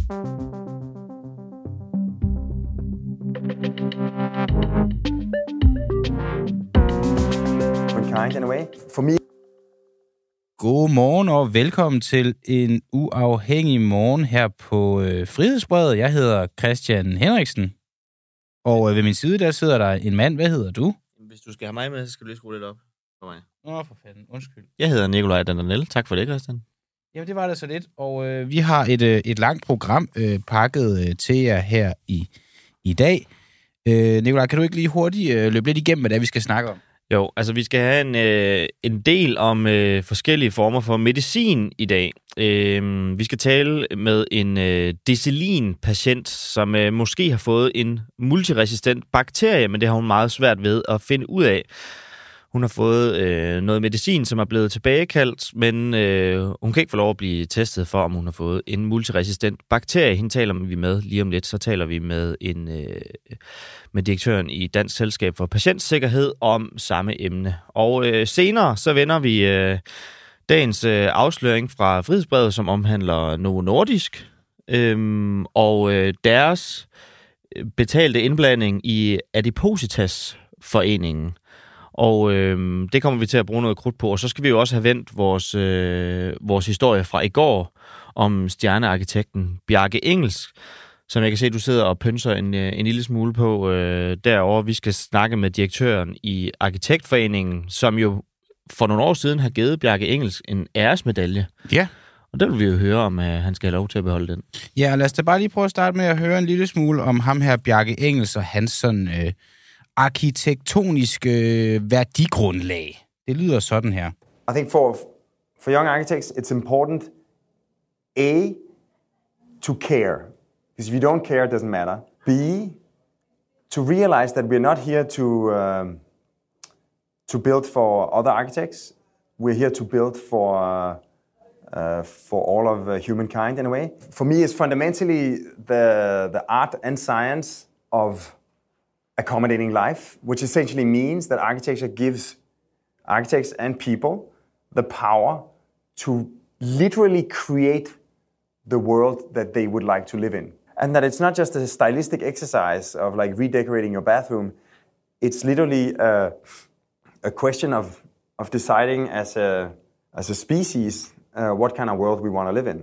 Kind in a way. For me. God morgen og velkommen til en uafhængig morgen her på Frihedsbrevet. Jeg hedder Christian Henriksen, og ved min side der sidder der en mand. Hvad hedder du? Hvis du skal have mig med, så skal du lige skrue lidt op for mig. Nå, for fanden. Undskyld. Jeg hedder Nikolaj Dandanel. Tak for det, Christian. Ja, det var da så lidt, og vi har et langt program pakket til jer her i dag. Nikolaj, kan du ikke lige hurtigt løbe lidt igennem, hvad det er, vi skal snakke om? Jo, altså vi skal have en del om forskellige former for medicin i dag. Vi skal tale med en decilin-patient, som måske har fået en multiresistent bakterie, men det har hun meget svært ved at finde ud af. Hun har fået noget medicin, som er blevet tilbagekaldt, men hun kan ikke få lov at blive testet for, om hun har fået en multiresistent bakterie. Hende taler vi med lige om lidt. Så taler vi med med direktøren i Dansk Selskab for Patientsikkerhed om samme emne. Og senere så vender vi dagens afsløring fra Frihedsbrevet, som omhandler Novo Nordisk og deres betalte indblanding i Adipositas-foreningen. Og det kommer vi til at bruge noget krudt på. Og så skal vi jo også have vendt vores historie fra i går om stjernearkitekten Bjarke Ingels, som jeg kan se, du sidder og pynser en lille smule på derovre. Vi skal snakke med direktøren i Arkitektforeningen, som jo for nogle år siden har givet Bjarke Ingels en æresmedalje. Ja. Og der vil vi jo høre, om han skal have lov til at beholde den. Ja, lad os da bare lige prøve at starte med at høre en lille smule om ham her, Bjarke Ingels, og hans sådan arkitektoniske værdigrundlag. Det lyder sådan her. I think for young architects, it's important to care. Because if you don't care, it doesn't matter. B, to realize that we're not here to build for other architects. We're here to build for all of humankind in a way. For me, it's fundamentally the art and science of accommodating life, which essentially means that architecture gives architects and people the power to literally create the world that they would like to live in. And that it's not just a stylistic exercise of like redecorating your bathroom. It's literally a question of deciding as a species what kind of world we want to live in.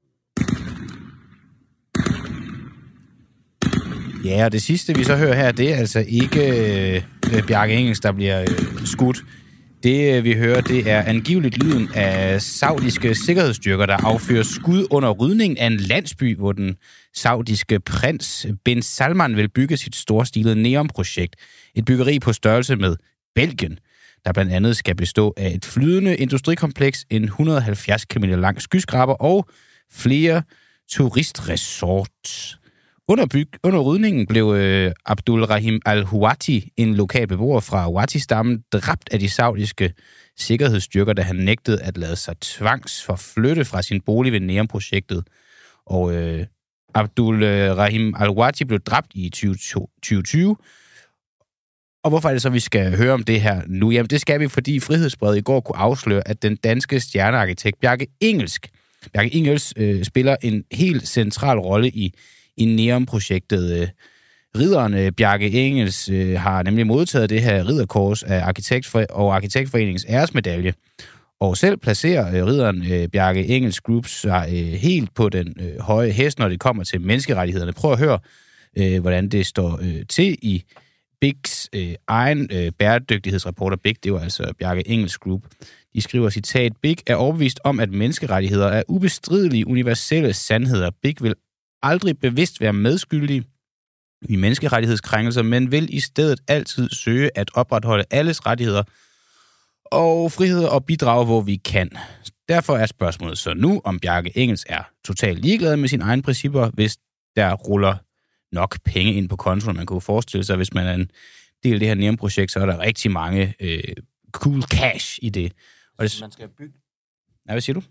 Ja, og det sidste, vi så hører her, det er altså ikke Bjarke Ingels, der bliver skudt. Det, vi hører, det er angiveligt lyden af saudiske sikkerhedsstyrker, der affyrer skud under rydningen af en landsby, hvor den saudiske prins bin Salman vil bygge sit storstilede NEOM-projekt. Et byggeri på størrelse med Belgien, der blandt andet skal bestå af et flydende industrikompleks, en 170 km lang skyskraber og flere turistresorts. Under rydningen blev Abdul Rahim al-Huwati, en lokal beboer fra Huwati-stammen, dræbt af de saudiske sikkerhedsstyrker, da han nægtede at lade sig tvangsforflytte fra sin bolig ved NEOM-projektet. Og Abdul Rahim al-Huwati blev dræbt i 2020. Og hvorfor er det så, vi skal høre om det her nu? Jamen det skal vi, fordi Frihedsbrevet i går kunne afsløre, at den danske stjernearkitekt Bjarke Ingels spiller en helt central rolle i NEOM-projektet. Ridderen Bjarke Ingels har nemlig modtaget det her ridderkors af Arkitektforeningens æresmedalje. Og selv placerer ridderen Bjarke Ingels Group sig helt på den høje hest, når det kommer til menneskerettighederne. Prøv at høre, hvordan det står til i BIGs egen bæredygtighedsrapporter. BIG, det var altså Bjarke Ingels Group. De skriver, citat, BIG er overbevist om, at menneskerettigheder er ubestridelige universelle sandheder. BIG vil aldrig bevidst være medskyldige i menneskerettighedskrænkelser, men vil i stedet altid søge at opretholde alles rettigheder og friheder og bidrage, hvor vi kan. Derfor er spørgsmålet så nu, om Bjarke Ingels er totalt ligeglad med sine egne principper, hvis der ruller nok penge ind på kontoen. Man kunne forestille sig, hvis man er en del af det her NEOM-projekt, så er der rigtig mange cool cash i det. Og det... Man skal bygge... Ja, hvad siger du?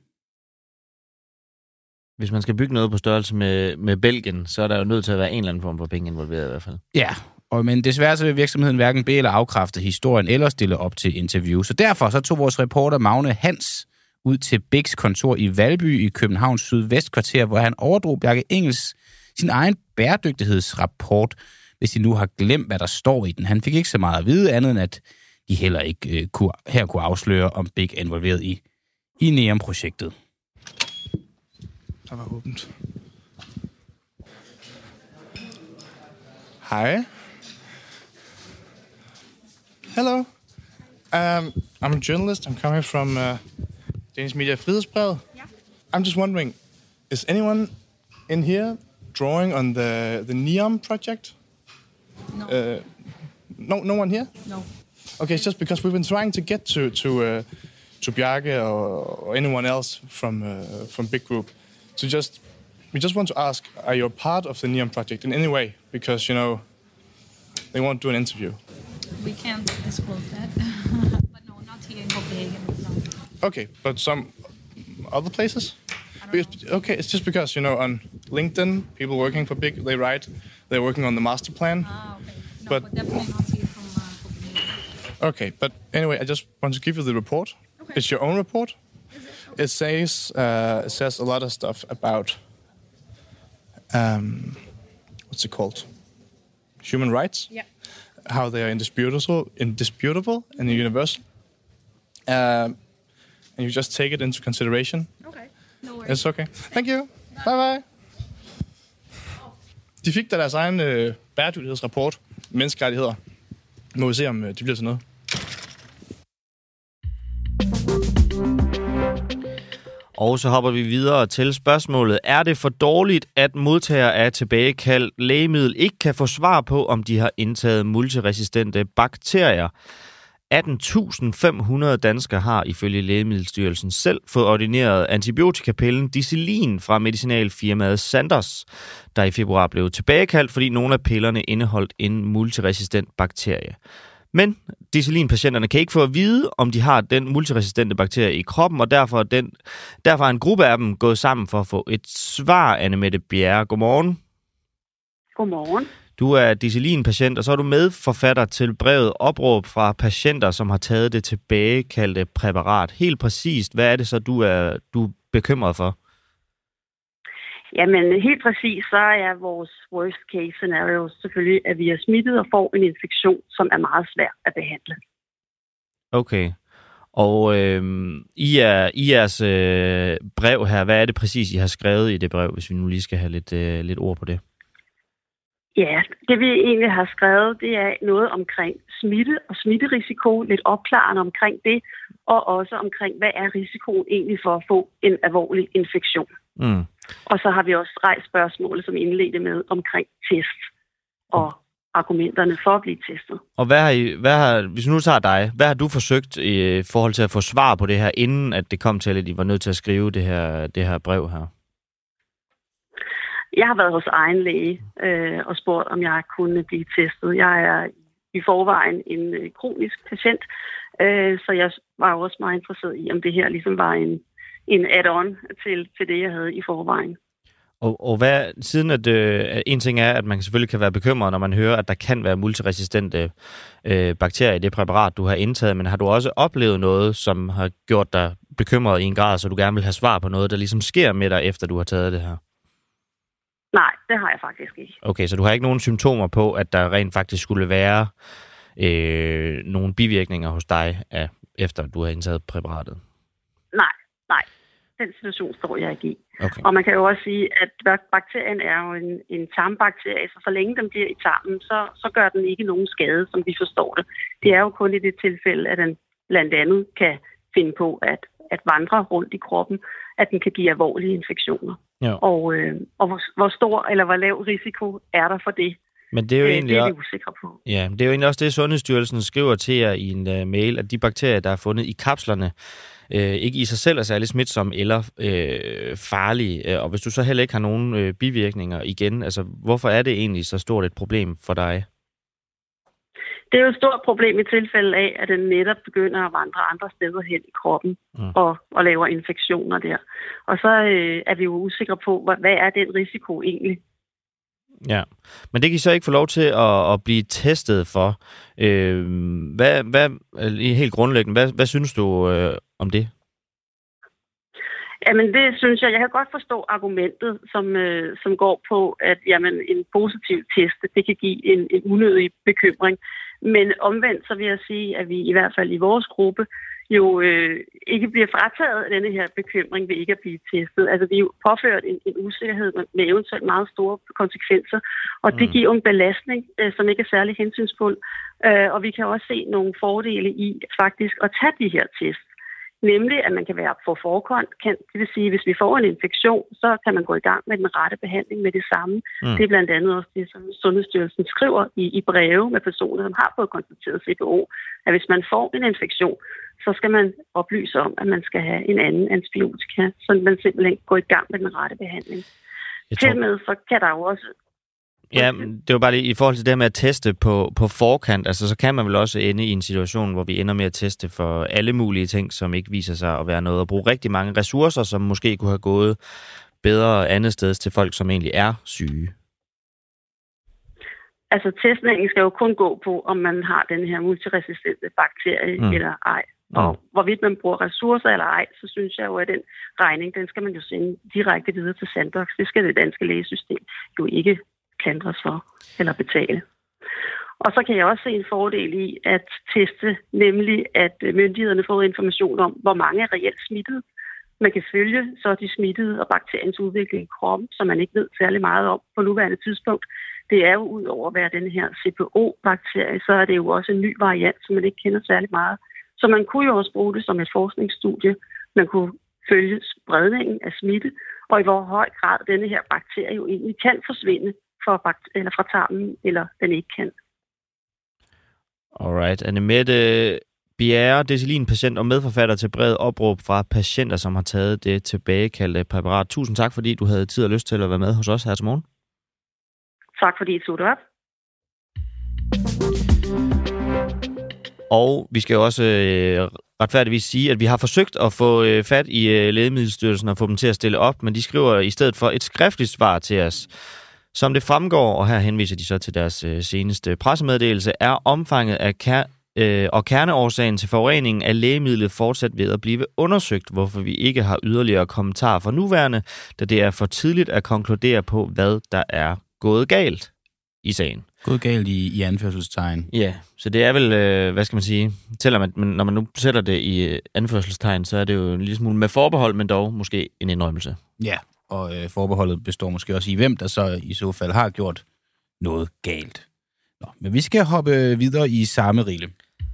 Hvis man skal bygge noget på størrelse med Belgien, så er der jo nødt til at være en eller anden form for penge involveret i hvert fald. Ja, men desværre så vil virksomheden hverken bede eller afkræfte historien eller stille op til interview. Så derfor så tog vores reporter Magne Hans ud til Bigs kontor i Valby i Københavns sydvestkvarter, hvor han overdrog Bjarke Ingels sin egen bæredygtighedsrapport, hvis de nu har glemt, hvad der står i den. Han fik ikke så meget at vide, andet end at de heller ikke kunne afsløre, om Big er involveret i NEOM-projektet. Der var åbent. Hej. Hello. I'm a journalist. I'm coming from Danish Media Frihedsbrevet. Yeah. I'm just wondering, is anyone in here drawing on the NEOM project? No. No one here? No. Okay, it's just because we've been trying to get to Bjarke or anyone else from Big Group. We just want to ask, are you a part of the NEOM project in any way? Because, they won't do an interview. We can't disclose that. But no, not here in Copenhagen. No. Okay, but some other places? Okay, it's just because, on LinkedIn, people working for Big, they write they're working on the master plan. Okay. No, but definitely not here from Copenhagen. Okay, but anyway, I just want to give you the report. Okay. It's your own report. Is it? Okay. It says a lot of stuff about what's it called? Human rights. Yeah. How they are indisputable and universal. And you just take it into consideration. Okay. No worries. It's okay. Thank you. Bye. De fik da deres egen bæredygtighedsrapport, menneskerettigheder. Må vi se, om de bliver til noget. Og så hopper vi videre til spørgsmålet. Er det for dårligt, at modtagere af tilbagekaldt lægemiddel ikke kan få svar på, om de har indtaget multiresistente bakterier? 18.500 danskere har ifølge Lægemiddelstyrelsen selv fået ordineret antibiotikapillen Diselin fra medicinalfirmaet Sandoz, der i februar blev tilbagekaldt, fordi nogle af pillerne indeholdt en multiresistent bakterie. Men Diselin-patienterne kan ikke få at vide, om de har den multiresistente bakterie i kroppen, og derfor er en gruppe af dem gået sammen for at få et svar. Anne-Mette Bjerre, godmorgen. Godmorgen. Du er Diselin-patient, og så er du medforfatter til brevet Opråb fra patienter, som har taget det tilbagekaldte præparat. Helt præcist, hvad er det så, du er bekymret for? Jamen, helt præcis, så er vores worst case scenario selvfølgelig, at vi er smittet og får en infektion, som er meget svær at behandle. Okay. Og i jeres brev her, hvad er det præcis, I har skrevet i det brev, hvis vi nu lige skal have lidt ord på det? Ja, det vi egentlig har skrevet, det er noget omkring smitte og smitterisiko, lidt opklarende omkring det, og også omkring, hvad er risikoen egentlig for at få en alvorlig infektion. Mm. Og så har vi også rejst spørgsmålet, som indledte med omkring test og argumenterne for at blive testet. Og hvis nu tager dig, hvad har du forsøgt i forhold til at få svar på det her, inden at det kom til, at I var nødt til at skrive det her brev her? Jeg har været hos egen læge og spurgt, om jeg kunne blive testet. Jeg er i forvejen en kronisk patient, så jeg var også meget interesseret i, om det her ligesom var en add-on til det, jeg havde i forvejen. Og siden at en ting er, at man selvfølgelig kan være bekymret, når man hører, at der kan være multiresistente bakterier i det præparat, du har indtaget, men har du også oplevet noget, som har gjort dig bekymret i en grad, så du gerne vil have svar på noget, der ligesom sker med dig, efter du har taget det her? Nej, det har jeg faktisk ikke. Okay, så du har ikke nogen symptomer på, at der rent faktisk skulle være nogle bivirkninger hos dig, efter du har indtaget præparatet? Nej. Den situation står jeg ikke i. Okay. Og man kan jo også sige, at bakterien er jo en tarmbakterie, så længe den bliver i tarmen, så gør den ikke nogen skade, som vi forstår det. Det er jo kun i det tilfælde, at den blandt andet kan finde på at vandre rundt i kroppen, at den kan give alvorlige infektioner. Ja. Og hvor stor eller hvor lav risiko er der for det? Men det er jo egentlig det er vi usikre på. Ja, det er jo egentlig også det, Sundhedsstyrelsen skriver til jer i en mail, at de bakterier, der er fundet i kapslerne, ikke i sig selv er særlig smitsomme eller farlige. Og hvis du så heller ikke har nogen bivirkninger igen, altså hvorfor er det egentlig så stort et problem for dig? Det er jo et stort problem i tilfælde af, at den netop begynder at vandre andre steder hen i kroppen og laver infektioner der. Og så er vi jo usikre på, hvad er den risiko egentlig? Ja, men det kan I så ikke få lov til at blive testet for. Helt grundlæggende, hvad synes du om det? Jamen, det synes jeg. Jeg kan godt forstå argumentet, som går på, at jamen, en positiv test, det kan give en unødig bekymring. Men omvendt, så vil jeg sige, at vi i hvert fald i vores gruppe jo ikke bliver frataget af denne her bekymring ved ikke at blive testet. Altså, vi er jo påført en usikkerhed med eventuelt meget store konsekvenser, og det giver en belastning, som ikke er særlig hensynsfuld. Og vi kan også se nogle fordele i faktisk at tage de her tests. Nemlig, at man kan være på forkant. Det vil sige, at hvis vi får en infektion, så kan man gå i gang med den rette behandling med det samme. Det er blandt andet også det, som Sundhedsstyrelsen skriver i breve med personer, som har fået konstateret CPO, at hvis man får en infektion, så skal man oplyse om, at man skal have en anden antibiotika, så man simpelthen går i gang med den rette behandling. Tilmed så kan der jo også... Ja, det var bare lige i forhold til det med at teste på forkant. Altså, så kan man vel også ende i en situation, hvor vi ender med at teste for alle mulige ting, som ikke viser sig at være noget. Og bruge rigtig mange ressourcer, som måske kunne have gået bedre andet sted til folk, som egentlig er syge. Altså, testningen skal jo kun gå på, om man har den her multiresistente bakterie eller ej. Og hvorvidt man bruger ressourcer eller ej, så synes jeg jo, at den regning, den skal man jo sende direkte videre til Sandbox. Det skal det danske lægesystem jo ikke klandres for eller betale. Og så kan jeg også se en fordel i at teste, nemlig at myndighederne får information om, hvor mange er reelt smittet. Man kan følge så de smittede og bakteriens udvikling i kroppen, som man ikke ved særlig meget om på nuværende tidspunkt. Det er jo ud over at være den her CPO-bakterie, så er det jo også en ny variant, som man ikke kender særlig meget. Så man kunne jo også bruge det som et forskningsstudie. Man kunne følge spredningen af smitte, og i hvor høj grad denne her bakterie jo egentlig kan forsvinde fra tarmen, eller den ikke kan. Alright. Annemette Bjerre, Decilin-patient og medforfatter til brevet opråb fra patienter, som har taget det tilbagekaldte præparat. Tusind tak, fordi du havde tid og lyst til at være med hos os her til morgen. Tak, fordi I tog det op. Og vi skal også retfærdigvis sige, at vi har forsøgt at få fat i Lægemiddelstyrelsen og få dem til at stille op, men de skriver i stedet for et skriftligt svar til os. Som det fremgår, og her henviser de så til deres seneste pressemeddelelse, er omfanget af og kerneårsagen til forureningen af lægemidlet fortsat ved at blive undersøgt, hvorfor vi ikke har yderligere kommentarer for nuværende, da det er for tidligt at konkludere på, hvad der er gået galt i sagen. Gået galt i anførselstegn. Ja, så det er vel, hvad skal man sige, selvom at når man nu sætter det i anførselstegn, så er det jo en lille smule med forbehold, men dog måske en indrømmelse. Ja, og forbeholdet består måske også i, hvem der så i så fald har gjort noget galt. Nå, men vi skal hoppe videre i samme rille.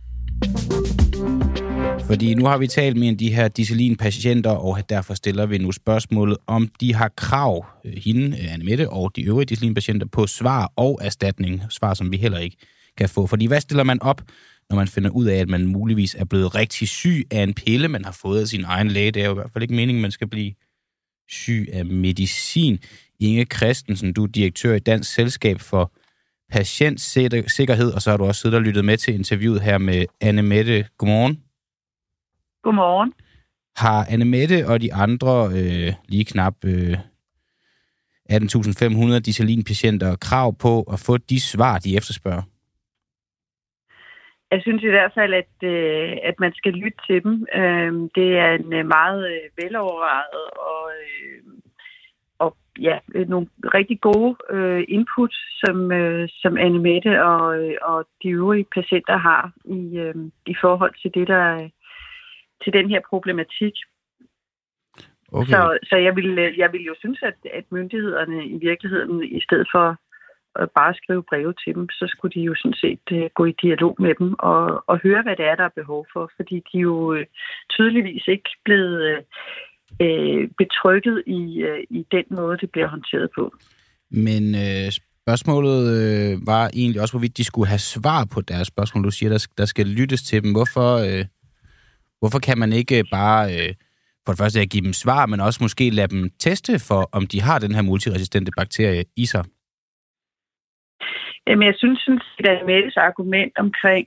Fordi nu har vi talt med de her Decilin-patienter, og derfor stiller vi nu spørgsmålet, om de har krav, hende, Annemette og de øvrige Decilin-patienter, på svar og erstatning. Svar, som vi heller ikke kan få. Fordi hvad stiller man op, når man finder ud af, at man muligvis er blevet rigtig syg af en pille, man har fået af sin egen læge? Det er jo i hvert fald ikke meningen, man skal blive syg af medicin. Inge Christensen, du er direktør i Dansk Selskab for Patientsikkerhed, og så har du også siddet og lyttet med til interviewet her med Annemette. Godmorgen. Godmorgen. Har Annemette og de andre lige knap 18.500 Decilin-patienter krav på at få de svar, de efterspørger? Jeg synes i hvert fald, at man skal lytte til dem. Det er en meget velovervejet og nogle rigtig gode input, som Annemette og de øvrige patienter har i forhold til det, der til den her problematik. Okay. Så jeg vil jo synes, at myndighederne i virkeligheden, i stedet for at bare skrive breve til dem, så skulle de jo sådan set gå i dialog med dem og høre, hvad det er, der er behov for. Fordi de er jo tydeligvis ikke blevet betrykket i den måde, det bliver håndteret på. Men spørgsmålet var egentlig også, hvorvidt de skulle have svar på deres spørgsmål. Du siger, der skal lyttes til dem. Hvorfor kan man ikke bare for det første give dem svar, men også måske lade dem teste for, om de har den her multiresistente bakterie i sig? Jamen, jeg synes at Mettes argument omkring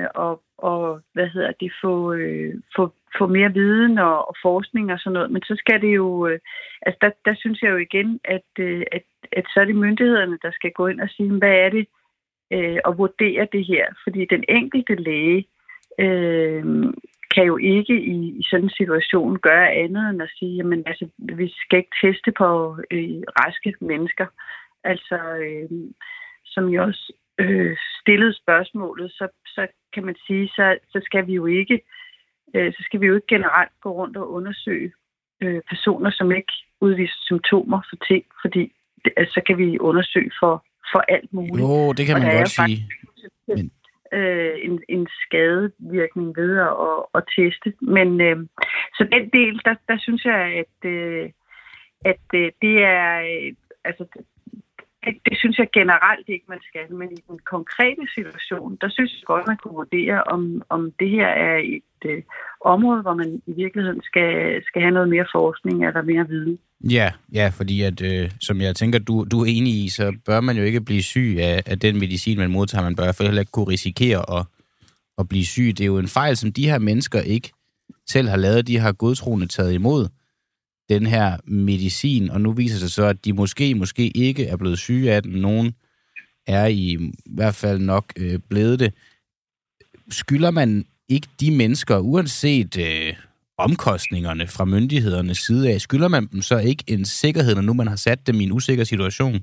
få mere viden og forskning og sådan noget, men så skal det jo, der synes jeg jo igen, at så er det myndighederne, der skal gå ind og sige, hvad er det, og vurdere det her, fordi den enkelte læge kan jo ikke i sådan en situation gøre andet end at sige, jamen altså, vi skal ikke teste på raske mennesker. Altså, som jeg også stillede spørgsmålet, så kan man sige, så skal vi jo ikke generelt gå rundt og undersøge personer, som ikke udviser symptomer for ting, fordi så kan vi undersøge for alt muligt. Jo, det kan man godt sige. Men en skadevirkning ved at teste. Men så den del, der synes jeg, at det er altså det synes jeg generelt ikke, man skal. Men i den konkrete situation, der synes jeg godt, man kunne vurdere, om det her er et område, hvor man i virkeligheden skal have noget mere forskning eller mere viden. Ja, fordi at, som jeg tænker, du er enig i, så bør man jo ikke blive syg af den medicin, man modtager. Man bør i hvert fald heller ikke kunne risikere at blive syg. Det er jo en fejl, som de her mennesker ikke selv har lavet. De har godtroende taget imod den her medicin, og nu viser sig så, at de måske ikke er blevet syge af den. Nogen er i hvert fald nok blevet det. Skylder man ikke de mennesker, uanset omkostningerne fra myndighedernes side af, skylder man dem så ikke en sikkerhed, når nu man har sat dem i en usikker situation?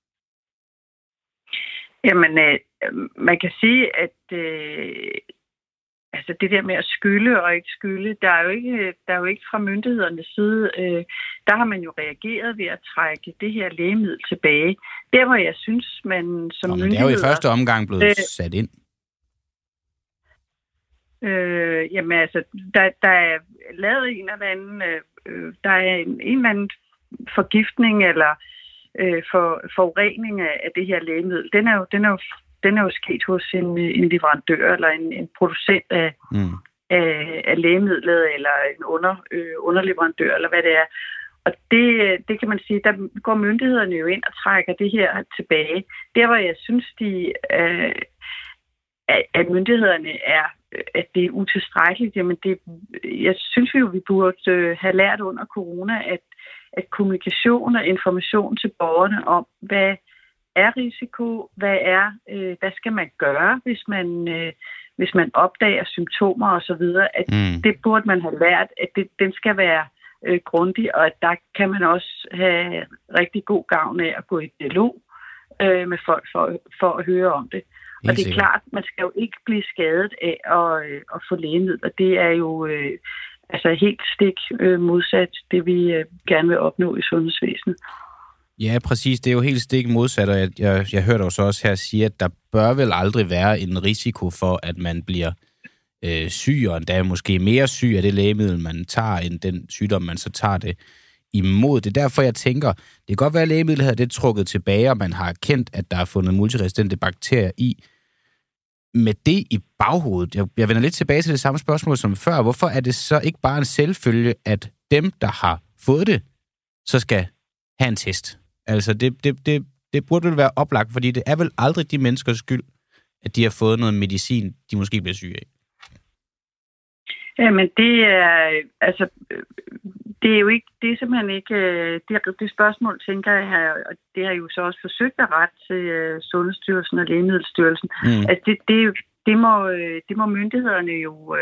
Jamen, man kan sige, at altså det der med at skylde og ikke skylde, der er jo ikke fra myndighedernes side, der har man jo reageret ved at trække det her lægemiddel tilbage. Der hvor jeg synes, man som myndigheder... det er jo i første omgang blevet sat ind. Jamen altså, der er lavet en eller anden, der er en eller anden forgiftning eller forurening af det her lægemiddel. Den er jo sket hos en leverandør eller en producent af lægemidlet eller en underleverandør eller hvad det er. Og det kan man sige, der går myndighederne jo ind og trækker det her tilbage. Der hvor jeg synes, at myndighederne at det er utilstrækkeligt, jamen jeg synes jo, vi burde have lært under corona, at kommunikation og information til borgerne om, hvad er risiko, hvad skal man gøre, hvis man opdager symptomer og så videre, at det burde man have lært, at den skal være grundig, og at der kan man også have rigtig god gavn af at gå i dialog med folk for at høre om det. Og det er klart, man skal jo ikke blive skadet af at få lægemidler. Det er jo altså helt stik modsat det, vi gerne vil opnå i sundhedsvæsenet. Ja, præcis. Det er jo helt stik modsat, og jeg hørte også her sige, at der bør vel aldrig være en risiko for, at man bliver syg, og endda måske mere syg af det lægemiddel, man tager, end den sygdom, man så tager det imod. Det er derfor, jeg tænker, det kan godt være, at lægemidlet her det er trukket tilbage, og man har erkendt, at der er fundet multiresistente bakterier i. Med det i baghovedet, jeg vender lidt tilbage til det samme spørgsmål som før. Hvorfor er det så ikke bare en selvfølge, at dem, der har fået det, så skal have en test? Altså, det burde vel være oplagt, fordi det er vel aldrig de menneskers skyld, at de har fået noget medicin, de måske bliver syge af. Jamen, det er altså... Det er jo ikke, det er simpelthen ikke, det spørgsmål, tænker jeg, og det har jo så også forsøgt at rette til Sundhedsstyrelsen og Lægemiddelstyrelsen. Altså det må myndighederne jo,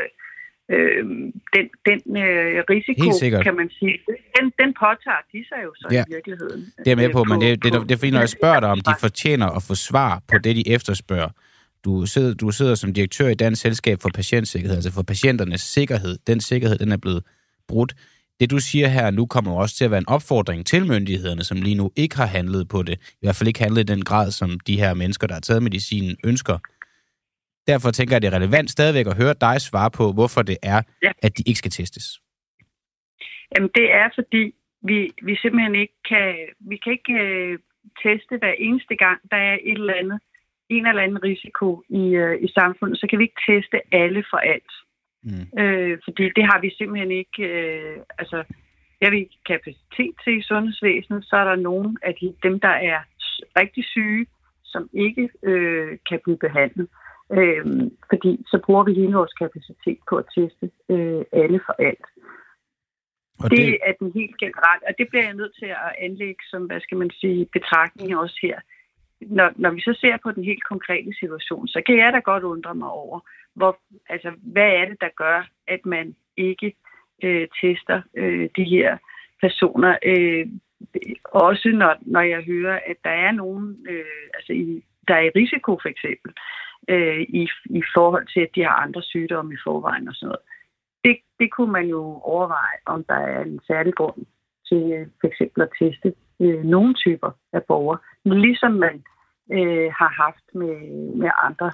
den risiko, kan man sige, den påtager de sig jo så i virkeligheden. Det er med på, men det er fordi, når jeg spørger dig, om de fortjener at få svar på det, de efterspørger. Du sidder som direktør i Dansk Selskab for Patientsikkerhed, altså for patienternes sikkerhed. Den sikkerhed, den er blevet brudt. Det, du siger her nu, kommer også til at være en opfordring til myndighederne, som lige nu ikke har handlet på det. I hvert fald ikke handlet i den grad, som de her mennesker, der har taget medicinen, ønsker. Derfor tænker jeg, at det er relevant stadigvæk at høre dig svare på, hvorfor det er, at de ikke skal testes. Jamen, det er, fordi vi simpelthen ikke kan... Vi kan ikke teste hver eneste gang, der er en eller anden risiko i samfundet. Så kan vi ikke teste alle for alt. Fordi det har vi simpelthen ikke, det har vi ikke kapacitet til i sundhedsvæsenet, så er der nogen af dem, der er rigtig syge, som ikke kan blive behandlet. Fordi så bruger vi hele vores kapacitet på at teste alle for alt. Og det er den helt generelt, og det bliver jeg nødt til at anlægge som, betragtning også her. Når vi så ser på den helt konkrete situation, så kan jeg da godt undre mig over, hvad er det, der gør, at man ikke tester de her personer. Også når jeg hører, at der er nogen, der er i risiko for eksempel, i forhold til, at de har andre sygdomme i forvejen og sådan noget. Det kunne man jo overveje, om der er en særlig grund til for eksempel at teste nogle typer af borgere, ligesom man har haft med andre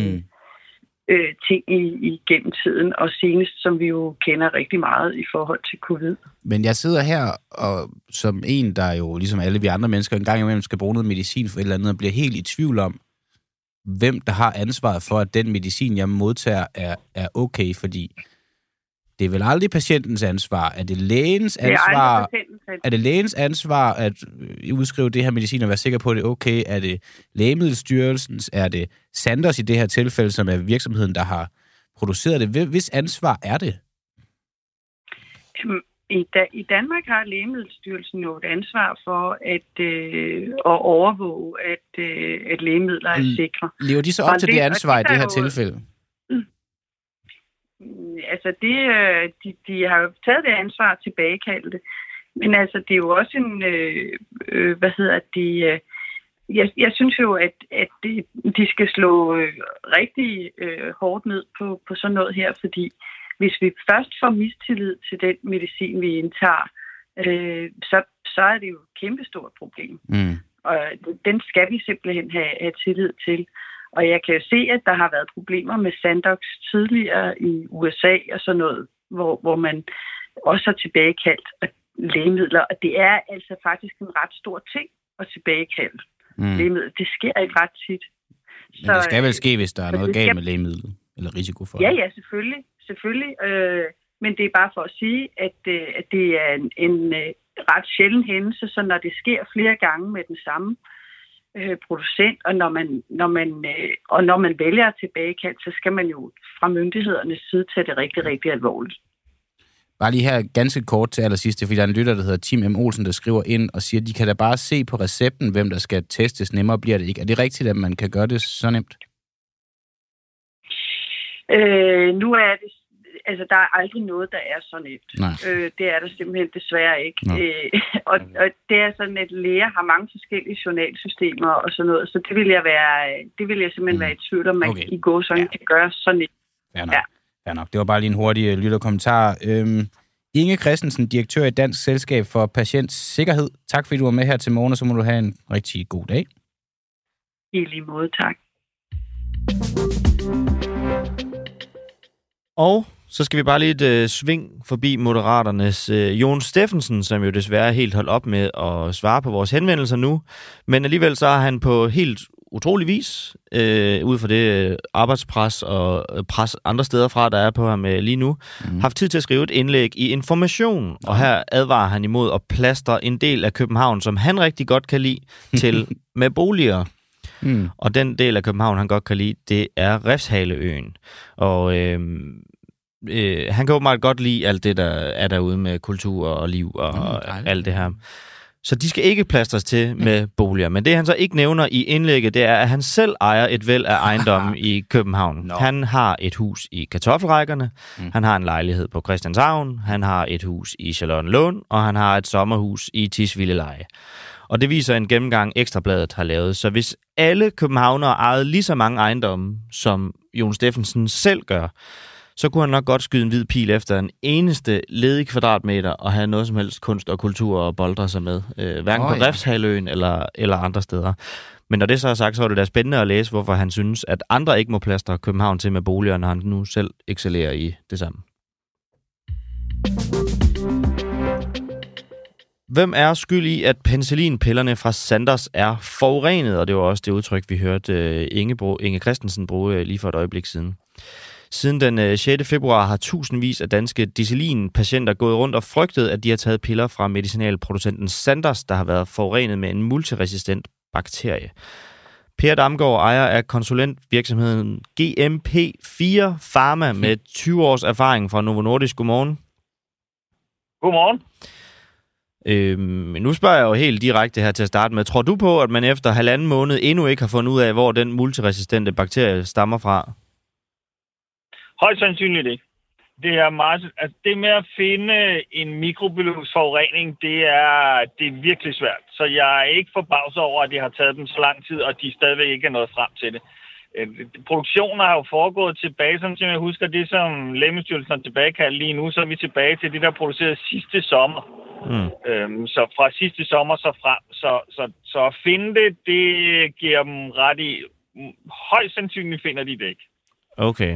ting igennem tiden, og senest, som vi jo kender rigtig meget i forhold til covid. Men jeg sidder her og som en, der jo ligesom alle vi andre mennesker en gang imellem skal bruge noget medicin for et eller andet, og bliver helt i tvivl om, hvem der har ansvaret for, at den medicin, jeg modtager, er okay, fordi det er vel aldrig patientens ansvar. Er det lægens ansvar? Er det lægens ansvar at udskrive det her medicin og være sikker på, at det er okay? Er det Lægemiddelstyrelsens? Er det Sandoz i det her tilfælde, som er virksomheden, der har produceret det? Hvis ansvar er det? I Danmark har Lægemiddelstyrelsen jo et ansvar for at overvåge, at lægemidler er sikre. Lever de så op til det ansvar i det her tilfælde? Altså, de har jo taget det ansvar at tilbagekalde det. Men altså, det er jo også en, jeg synes jo, at de skal slå rigtig hårdt ned på sådan noget her, fordi hvis vi først får mistillid til den medicin, vi indtager, så er det jo et kæmpestort problem. Og den skal vi simpelthen have tillid til. Og jeg kan jo se, at der har været problemer med Sandoz tidligere i USA og sådan noget, hvor man også har tilbagekaldt lægemidler. Og det er altså faktisk en ret stor ting at tilbagekalde lægemidler. Det sker ikke ret tit. Men det skal vel ske, hvis der er noget galt med lægemidlet, eller risiko for det? Ja, selvfølgelig. Men det er bare for at sige, at det er en ret sjælden hændelse, så når det sker flere gange med den samme producent, og når man vælger at tilbagekalde, så skal man jo fra myndighedernes side tage det rigtig, rigtig alvorligt. Bare lige her ganske kort til allersidst, fordi der er en lytter, der hedder Tim M. Olsen, der skriver ind og siger, at de kan da bare se på recepten, hvem der skal testes. Nemmere bliver det ikke. Er det rigtigt, at man kan gøre det så nemt? Nu er det altså, der er aldrig noget, der er så nemt. Det er der simpelthen desværre ikke. Og det er sådan, at læger har mange forskellige journalsystemer og sådan noget, så det vil jeg simpelthen være i tvivl om, man i går sådan kan gøre så nemt. Fair nok. Det var bare lige en hurtig lytterkommentar. Inge Christensen, direktør i Dansk Selskab for Patientsikkerhed. Tak fordi du var med her til morgen, og så må du have en rigtig god dag. I lige måde, tak. Og så skal vi bare lige et sving forbi Moderaternes Jon Steffensen, som jo desværre helt holdt op med at svare på vores henvendelser nu. Men alligevel så har han på helt utrolig vis, ud fra det arbejdspres og pres andre steder fra, der er på ham lige nu, haft tid til at skrive et indlæg i Information. Og her advarer han imod at plastre en del af København, som han rigtig godt kan lide, til med boliger. Og den del af København, han godt kan lide, det er Refshaleøen. Og han kan åbenbart godt lide alt det, der er derude med kultur og liv og alt det her. Så de skal ikke plastres til med boliger. Men det, han så ikke nævner i indlægget, det er, at han selv ejer et væld af ejendomme i København. Han har et hus i Kartoffelrækkerne, han har en lejlighed på Christianshavn, han har et hus i Charlottenlund, og han har et sommerhus i Tisvildeleje. Og det viser en gennemgang, Ekstrabladet har lavet. Så hvis alle københavnere ejede lige så mange ejendomme, som Jon Steffensen selv gør, så kunne han nok godt skyde en hvid pil efter en eneste ledig kvadratmeter og have noget som helst kunst og kultur og boldre sig med. Hverken på Refshaleøen eller andre steder. Men når det så er sagt, så er det da spændende at læse, hvorfor han synes, at andre ikke må plastre København til med boliger, når han nu selv excellerer i det samme. Hvem er skyld i, at penicillinpillerne fra Sandoz er forurenet? Og det var også det udtryk, vi hørte Inge Christensen bruge lige for et øjeblik siden. Siden den 6. februar har tusindvis af danske Diselin-patienter gået rundt og frygtet, at de har taget piller fra medicinalproducenten Sandoz, der har været forurenet med en multiresistent bakterie. Per Damgaard ejer af konsulentvirksomheden GMP4 Pharma med 20 års erfaring fra Novo Nordisk. Godmorgen. Godmorgen. Nu spørger jeg jo helt direkte her til at starte med. Tror du på, at man efter 1,5 måned endnu ikke har fundet ud af, hvor den multiresistente bakterie stammer fra? Højst sandsynligt ikke. Det er meget, altså det med at finde en mikrobiologisk forurening, det er virkelig svært. Så jeg er ikke forbavset over, at det har taget dem så lang tid, og de stadigvæk ikke er nået frem til det. Produktionen har jo foregået tilbage, som jeg husker det, som Lægemiddelstyrelsen er tilbagekaldt lige nu, så er vi tilbage til det, der produceret sidste sommer. Så fra sidste sommer så frem. Så at finde det giver dem ret i. Højst sandsynligt finder de det ikke. Okay.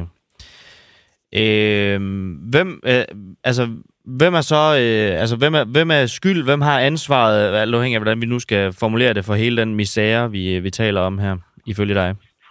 Hvem er skyld? Hvem har ansvaret? Alt afhængig af, hvordan vi nu skal formulere det for hele den misære, vi taler om her, ifølge dig.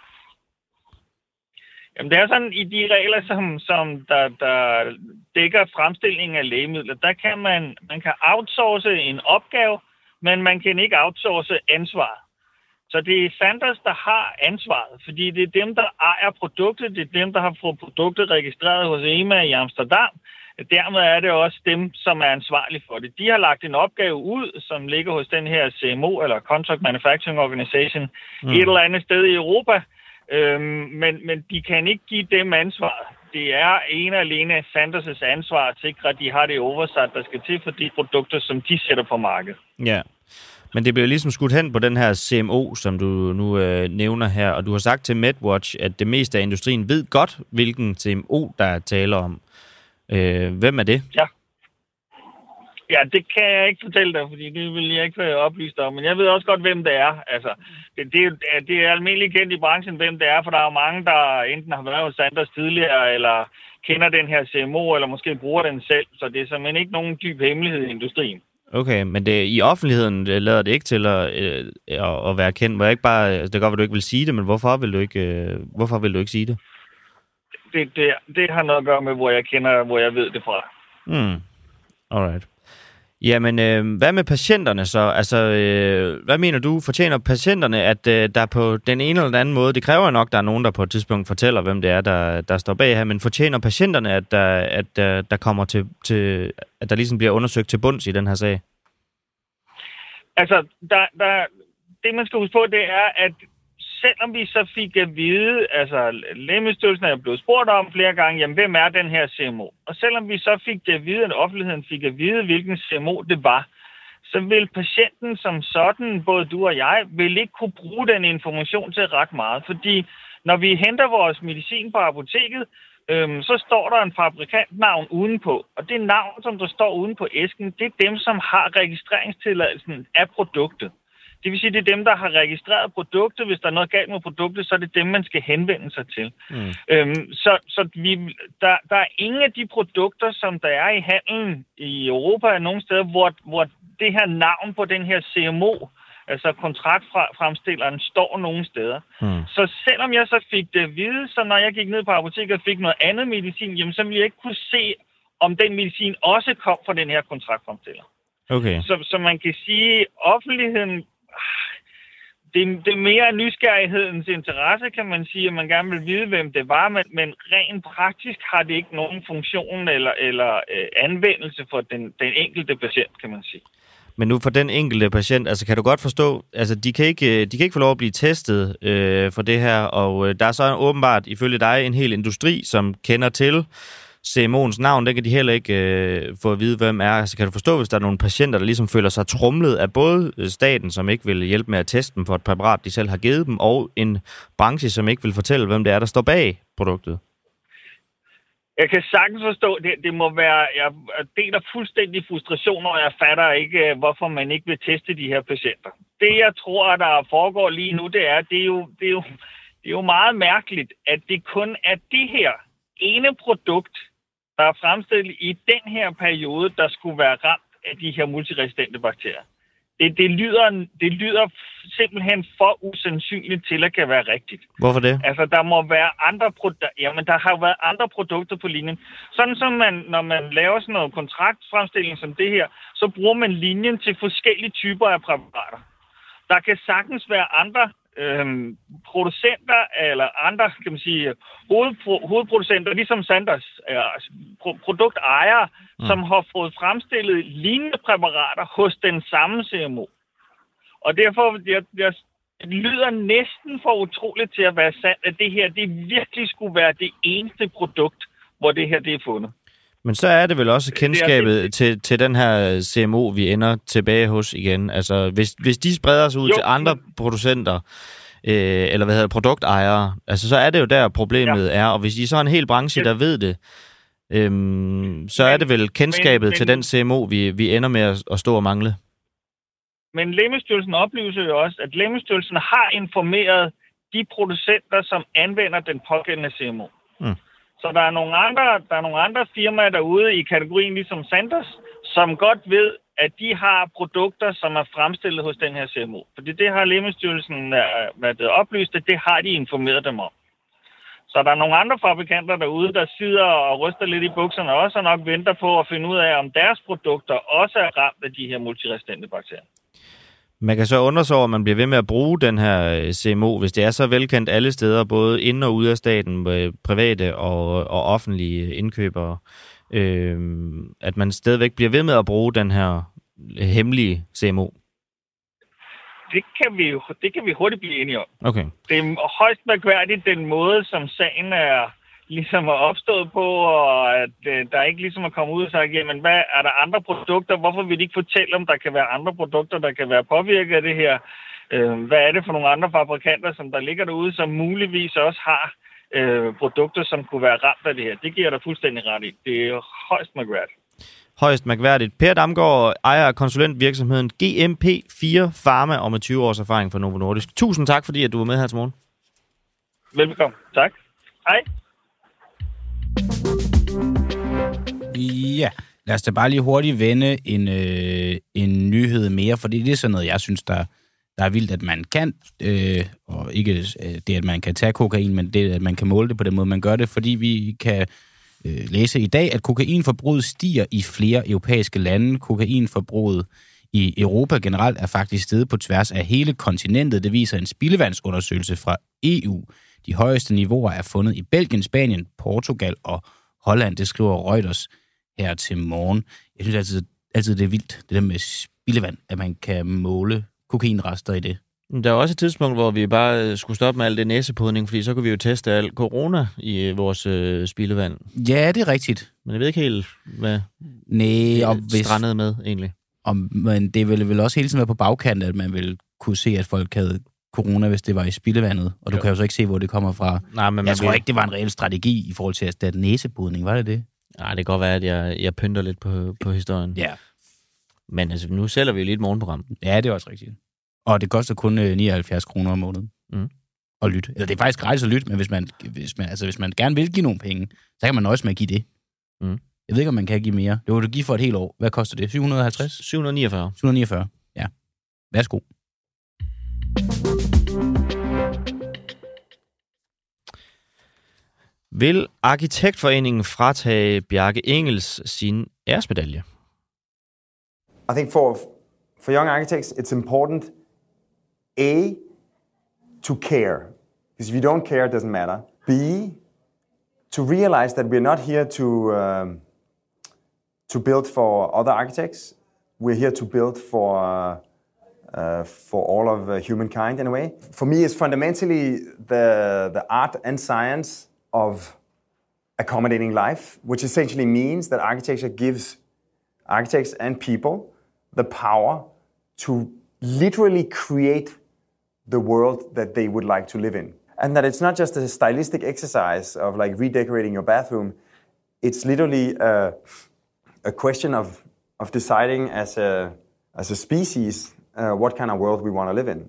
Jamen, det er sådan, i de regler, som der dækker fremstillingen af lægemidler, der kan man kan outsource en opgave, men man kan ikke outsource ansvaret. Så det er Sandoz, der har ansvaret, fordi det er dem, der ejer produktet, det er dem, der har fået produktet registreret hos EMA i Amsterdam. Dermed er det også dem, som er ansvarlige for det. De har lagt en opgave ud, som ligger hos den her CMO, eller Contract Manufacturing Organization, et eller andet sted i Europa. Men de kan ikke give dem ansvar. Det er en og alene Sandoz' ansvar at sikre, at de har det oversight, der skal til for de produkter, som de sætter på markedet. Ja, men det bliver ligesom skudt hen på den her CMO, som du nu nævner her, og du har sagt til MedWatch, at det meste af industrien ved godt, hvilken CMO, der taler om. Hvem er det? Ja, det kan jeg ikke fortælle dig, fordi det vil jeg ikke være oplyst om. Men jeg ved også godt, hvem det er. Altså, det er almindeligt kendt i branchen, hvem det er, for der er jo mange, der enten har været hos Sandoz tidligere, eller kender den her CMO, eller måske bruger den selv. Så det er simpelthen ikke nogen dyb hemmelighed i industrien. Okay, men i offentligheden lader det ikke til at være kendt. Må jeg ikke bare, det kan godt være, at du ikke vil sige det, men hvorfor vil du ikke sige det? Det har noget at gøre med, hvor jeg ved det fra. Alright. Jamen, hvad med patienterne så? Altså, hvad mener du, fortjener patienterne, at der på den ene eller den anden måde, det kræver nok, der er nogen, der på et tidspunkt fortæller, hvem det er, der står bag her, men fortjener patienterne, at der kommer til at der ligesom bliver undersøgt til bunds i den her sag? Altså, det man skal huske på, det er, at selvom vi så fik at vide, altså Lægemiddelstyrelsen er blevet spurgt om flere gange, jamen hvem er den her CMO? Og selvom vi så fik det at vide, at offentligheden fik at vide, hvilken CMO det var, så vil patienten som sådan, både du og jeg, vil ikke kunne bruge den information til ret meget. Fordi når vi henter vores medicin på apoteket, så står der en fabrikantnavn udenpå. Og det navn, som der står uden på æsken, det er dem, som har registreringstilladelsen af produktet. Det vil sige, det er dem, der har registreret produktet. Hvis der er noget galt med produktet, så er det dem, man skal henvende sig til. Der er ingen af de produkter, som der er i handelen i Europa, er nogle steder, hvor det her navn på den her CMO, altså kontraktfremstilleren, står nogle steder. Så selvom jeg så fik det at vide, så når jeg gik ned på apoteket og fik noget andet medicin, jamen, så ville jeg ikke kunne se, om den medicin også kom fra den her kontraktfremstiller. Okay. Så man kan sige, offentligheden, det er mere nysgerrighedens interesse, kan man sige, at man gerne vil vide, hvem det var, men rent praktisk har det ikke nogen funktion eller anvendelse for den enkelte patient, kan man sige. Men nu for den enkelte patient, altså kan du godt forstå, altså de kan ikke få lov at blive testet for det her, og der er så åbenbart ifølge dig en hel industri, som kender til CMO'ens navn, det kan de heller ikke få at vide, hvem er. Altså, kan du forstå, hvis der er nogle patienter, der ligesom føler sig tromlet af både staten, som ikke vil hjælpe med at teste dem for et præparat, de selv har givet dem, og en branche, som ikke vil fortælle, hvem det er, der står bag produktet? Jeg kan sagtens forstå, det må være, jeg deler fuldstændig frustration, og jeg fatter ikke, hvorfor man ikke vil teste de her patienter. Det, jeg tror, der foregår lige nu, det er jo meget mærkeligt, at det kun er det her ene produkt, der er fremstillet i den her periode, der skulle være ramt af de her multiresistente bakterier. Det lyder simpelthen for usandsynligt til at kan være rigtigt. Hvorfor det? Altså, der må være andre produkter. Jamen, der har jo været andre produkter på linjen. Sådan som når man laver sådan noget kontraktfremstilling som det her, så bruger man linjen til forskellige typer af præparater. Der kan sagtens være andre producenter eller andre, kan man sige, hovedproducenter, ligesom Sandoz, produktejere, som har fået fremstillet lignende præparater hos den samme CMO. Og derfor det lyder næsten for utroligt til at være sandt, at det her det virkelig skulle være det eneste produkt, hvor det her det er fundet. Men så er det vel også kendskabet til den her CMO, vi ender tilbage hos igen. Altså, hvis de spreder sig ud til andre producenter, eller produktejere, altså, så er det jo der, problemet er. Og hvis I så er en hel branche, der ved det, så er det vel kendskabet til den CMO, vi ender med at stå og mangle. Men Lægemiddelstyrelsen oplyser jo også, at Lægemiddelstyrelsen har informeret de producenter, som anvender den pågældende CMO. Så der er nogle andre firmaer derude i kategorien ligesom Sandoz, som godt ved, at de har produkter, som er fremstillet hos den her CMO. Fordi det har Lægemiddelstyrelsen været oplyst, at det har de informeret dem om. Så der er nogle andre fabrikanter derude, der sidder og ryster lidt i bukserne og også nok venter på at finde ud af, om deres produkter også er ramt af de her multiresistente bakterier. Man kan så undre sig over, at man bliver ved med at bruge den her CMO, hvis det er så velkendt alle steder, både inden og ude af staten, private og offentlige indkøbere, at man stadigvæk bliver ved med at bruge den her hemmelige CMO. Det kan vi hurtigt blive enige om. Okay. Det er højst mærkværdigt den måde, som sagen er opstået på, og at der ikke ligesom er kommet ud og sagt, jamen hvad er der andre produkter? Hvorfor vil de ikke fortælle, om der kan være andre produkter, der kan være påvirket af det her? Hvad er det for nogle andre fabrikanter, som der ligger derude, som muligvis også har produkter, som kunne være ramt af det her? Det giver der fuldstændig ret i. Det er højst mærkværdigt. Højst mærkværdigt. Per Damgaard ejer konsulentvirksomheden GMP4 Pharma og med 20 års erfaring fra Novo Nordisk. Tusind tak, fordi at du var med her til morgen. Velbekomme. Tak. Hej. Ja, lad os da bare lige hurtigt vende en nyhed mere, fordi det er sådan noget, jeg synes, der er vildt, at man kan, og ikke det, at man kan tage kokain, men det, at man kan måle det på den måde, man gør det, fordi vi kan læse i dag, at kokainforbruget stiger i flere europæiske lande. Kokainforbruget i Europa generelt er faktisk steget på tværs af hele kontinentet. Det viser en spildevandsundersøgelse fra EU. De højeste niveauer er fundet i Belgien, Spanien, Portugal og Holland. Det skriver Reuters her til morgen. Jeg synes altid det er vildt, det der med spildevand, at man kan måle kokainrester i det. Der er også et tidspunkt, hvor vi bare skulle stoppe med al det næsepodning, fordi så kunne vi jo teste al corona i vores spildevand. Ja, det er rigtigt. Men jeg ved ikke helt, hvad strandede med egentlig. Men det ville vel også hele tiden være på bagkant, at man ville kunne se, at folk havde corona, hvis det var i spildevandet. Og du kan jo så ikke se, hvor det kommer fra. Nej, men jeg tror ikke, det var en reel strategi i forhold til at erstatte næsepodning. Var det det? Nej, det kan godt være, at jeg pynter lidt på historien. Ja. Men altså, nu sælger vi lige et morgenprogram. Ja, det er også rigtigt. Og det koster kun 79 kroner om måneden at lytte. Eller det er faktisk gratis at lytte, men hvis man gerne vil give nogle penge, så kan man nøjes med at give det. Jeg ved ikke, om man kan give mere. Det vil du give for et helt år. Hvad koster det? 750? 749. 749, ja. Værsgo. Vil Arkitektforeningen fratage Bjarke Ingels sin æresmedalje? I think for young architects, it's important, A, to care. Because if you don't care, it doesn't matter. B, to realize that we're not here to build for other architects. We're here to build for all of humankind in a way. For me, it's fundamentally the art and science of accommodating life, which essentially means that architecture gives architects and people the power to literally create the world that they would like to live in. And that it's not just a stylistic exercise of like redecorating your bathroom. It's literally a question of deciding as a species what kind of world we want to live in.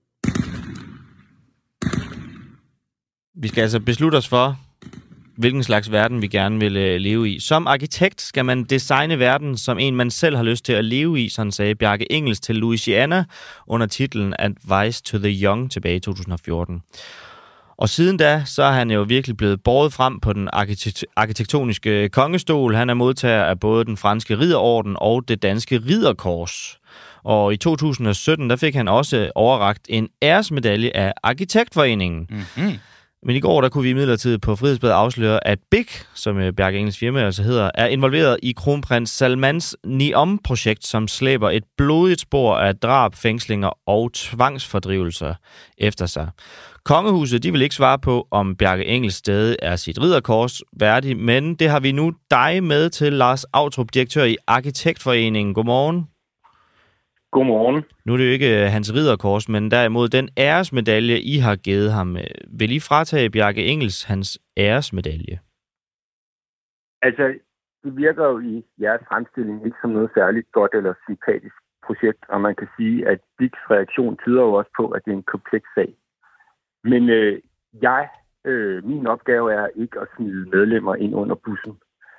Vi skal altså beslutte os for, hvilken slags verden vi gerne vil leve i. Som arkitekt skal man designe verden som en, man selv har lyst til at leve i, sådan sagde Bjarke Ingels til Louisiana under titlen Advice to the Young tilbage i 2014. Og siden da, så er han jo virkelig blevet båret frem på den arkitektoniske kongestol. Han er modtager af både den franske ridderorden og det danske ridderkors. Og i 2017, der fik han også overrakt en æresmedalje af Arkitektforeningen. Mm-hmm. Men i går, der kunne vi imidlertid på Frihedsbladet afsløre, at Big, som Bjarke Ingels firma altså hedder, er involveret i kronprins Salmans NEOM-projekt, som slæber et blodigt spor af drab, fængslinger og tvangsfordrivelser efter sig. Kongehuset, de vil ikke svare på, om Bjarke Ingels stadig er sit ridderkors værdig, men det har vi nu dig med til, Lars Outrup, direktør i Arkitektforeningen. Godmorgen. Godmorgen. Nu er det jo ikke hans ridderkors, men derimod den æresmedalje, I har givet ham. Vil I fratage Bjarke Ingels hans æresmedalje? Altså, det virker jo i jeres fremstilling ikke som noget særligt godt eller sympatisk projekt, og man kan sige, at Bigs reaktion tyder jo også på, at det er en kompleks sag. Men min opgave er ikke at smide medlemmer ind under bussen.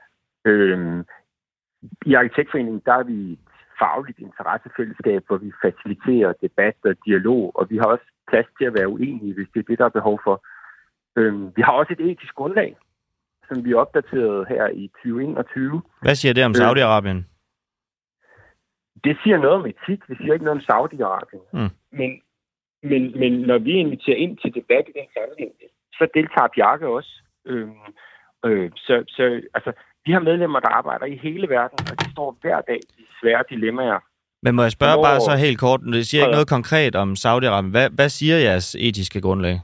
I Arkitektforeningen, der er vi et fagligt interessefællesskab, hvor vi faciliterer debat og dialog, og vi har også plads til at være uenige, hvis det er det, der er behov for. Vi har også et etisk grundlag, som vi opdaterede her i 2021. Hvad siger det om Saudi-Arabien? Det siger noget om etik, det siger ikke noget om Saudi-Arabien. Men når vi inviterer ind til debat i den sammenhæng, så deltager Bjarke også. Altså, vi har medlemmer, der arbejder i hele verden, og de står hver dag i svære dilemmaer. Men må jeg spørge bare så helt kort, det siger ikke noget konkret om Saudi-Arabien. Hvad siger jeres etiske grundlag?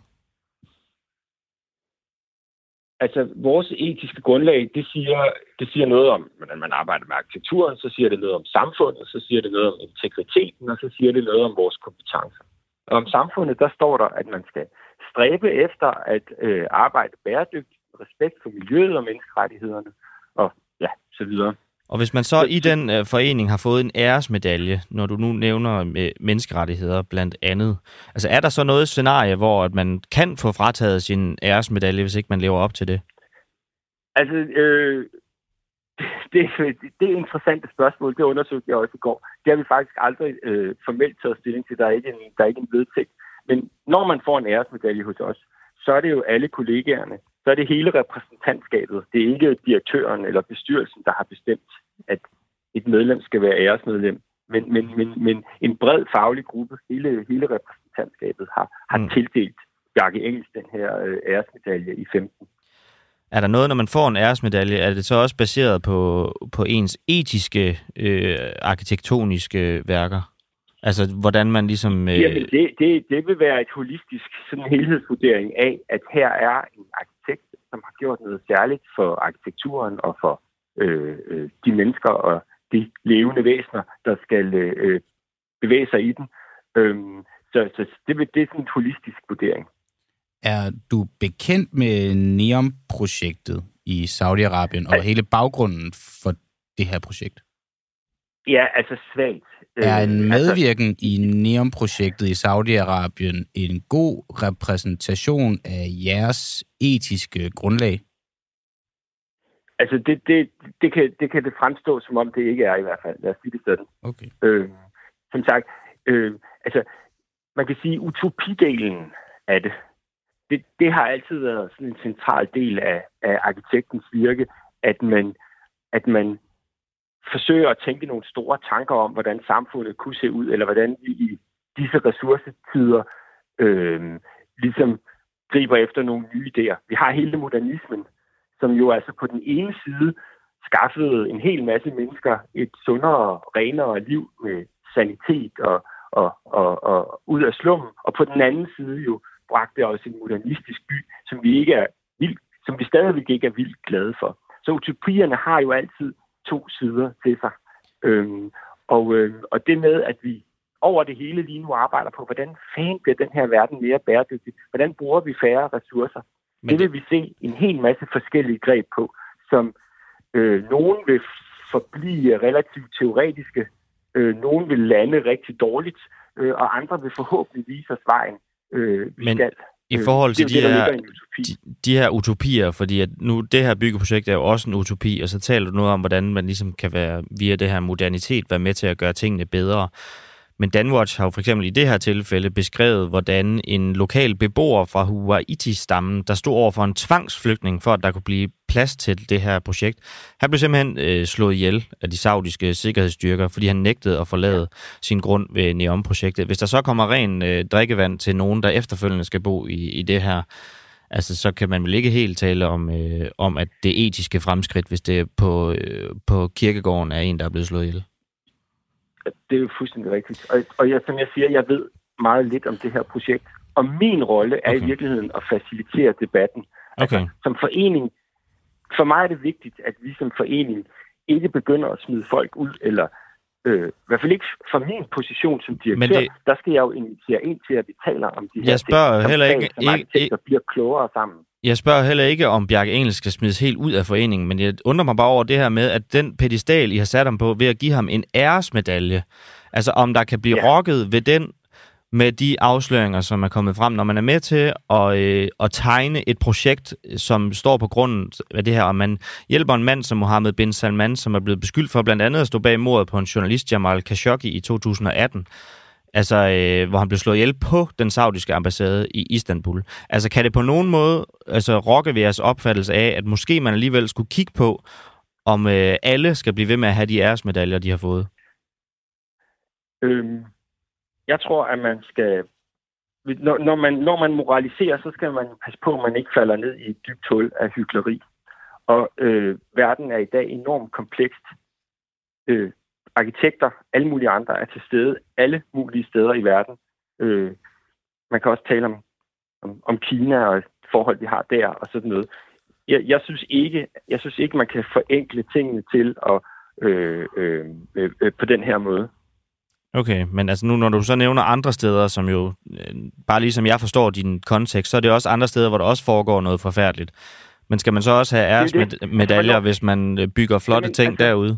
Altså, vores etiske grundlag, det siger noget om, hvordan man arbejder med arkitekturen, så siger det noget om samfundet, så siger det noget om integriteten, og så siger det noget om vores kompetencer. Og om samfundet, der står der, at man skal stræbe efter at arbejde bæredygtigt, respekt for miljøet og menneskerettighederne, og ja, så videre. Og hvis man så i den forening har fået en æresmedalje, når du nu nævner menneskerettigheder blandt andet, altså er der så noget scenarie, hvor at man kan få frataget sin æresmedalje, hvis ikke man lever op til det? Altså, det er et interessant spørgsmål. Det undersøgte jeg også i går. Det har vi faktisk aldrig formelt taget stilling til. Der er ikke en vedtægt. Men når man får en æresmedalje hos os, så er det jo alle kollegaerne. Så er det hele repræsentantskabet. Det er ikke direktøren eller bestyrelsen, der har bestemt, at et medlem skal være æresmedlem. Men en bred faglig gruppe, hele repræsentantskabet, har tildelt Bjarke Ingels den her æresmedalje i 15. Er der noget, når man får en æresmedalje, er det så også baseret på ens etiske arkitektoniske værker? Altså, hvordan man ligesom... Jamen, det vil være et holistisk sådan helhedsvurdering af, at her er en arkitekt, som har gjort noget særligt for arkitekturen og for de mennesker og de levende væsener, der skal bevæge sig i den. Så det er sådan en holistisk vurdering. Er du bekendt med NEOM-projektet i Saudi-Arabien og hele baggrunden for det her projekt? Ja, altså svagt. Er en medvirken i NEOM-projektet i Saudi-Arabien en god repræsentation af jeres etiske grundlag? Altså, det kan det fremstå, som om det ikke er i hvert fald. Lad os sige det sådan. Okay. Som sagt, altså, man kan sige, utopidelen af det har altid været sådan en central del af arkitektens virke, at man forsøger at tænke nogle store tanker om, hvordan samfundet kunne se ud, eller hvordan vi i disse ressourcetider ligesom griber efter nogle nye idéer. Vi har hele modernismen, som jo altså på den ene side skaffede en hel masse mennesker et sundere, renere liv med sanitet og ud af slummen, og på den anden side jo bragte også en modernistisk by, som vi stadigvæk ikke er vildt glade for. Så utopierne har jo altid to sider til sig. Og det med, at vi over det hele lige nu arbejder på, hvordan fanden bliver den her verden mere bæredygtig? Hvordan bruger vi færre ressourcer? Det vil vi se en hel masse forskellige greb på, som nogen vil forblive relativt teoretiske, nogen vil lande rigtig dårligt, og andre vil forhåbentlig vise os vejen, vi skal. I forhold til de her utopier, fordi at nu det her byggeprojekt er jo også en utopi, og så taler du noget om, hvordan man ligesom kan være via det her modernitet være med til at gøre tingene bedre. Men Danwatch har jo for eksempel i det her tilfælde beskrevet, hvordan en lokal beboer fra Huaiti-stammen, der stod over for en tvangsflygtning, for at der kunne blive plads til det her projekt, han blev simpelthen slået ihjel af de saudiske sikkerhedsstyrker, fordi han nægtede at forlade sin grund ved NEOM-projektet. Hvis der så kommer ren drikkevand til nogen, der efterfølgende skal bo i det her, altså, så kan man vel ikke helt tale om at det etiske fremskridt, hvis det på kirkegården er en, der er blevet slået ihjel. Det er jo fuldstændig rigtigt. Og som jeg siger, jeg ved meget lidt om det her projekt. Og min rolle er i virkeligheden at facilitere debatten. Okay. Altså, som forening, for mig er det vigtigt, at vi som forening ikke begynder at smide folk ud, eller i hvert fald ikke fra min position som direktør, der skal jeg jo invitere ind til, at vi taler om de her ting, heller ikke, der bliver klogere sammen. Jeg spørger heller ikke, om Bjarke Engel skal smides helt ud af foreningen, men jeg undrer mig bare over det her med, at den pedestal, I har sat ham på, ved at give ham en æresmedalje, altså om der kan blive rokket ved den, med de afsløringer, som er kommet frem, når man er med til at tegne et projekt, som står på grunden af det her, og man hjælper en mand som Mohammed bin Salman, som er blevet beskyldt for blandt andet at stå bag mordet på en journalist, Jamal Khashoggi, i 2018, altså hvor han blev slået ihjel på den saudiske ambassade i Istanbul. Altså kan det på nogen måde rokke ved jeres opfattelse af, at måske man alligevel skulle kigge på, om alle skal blive ved med at have de æresmedaljer, de har fået? Jeg tror, at man skal... Når man moraliserer, så skal man passe på, at man ikke falder ned i et dybt hul af hykleri. Og verden er i dag enormt komplekst. Arkitekter, alle mulige andre er til stede, alle mulige steder i verden. Man kan også tale om Kina og forhold, vi har der og sådan noget. Jeg synes ikke, man kan forenkle tingene til at på den her måde. Okay, men altså nu, når du så nævner andre steder, som jo, bare ligesom jeg forstår din kontekst, så er det også andre steder, hvor der også foregår noget forfærdeligt. Men skal man så også have æresmedaljer, hvis man bygger flotte ting derude?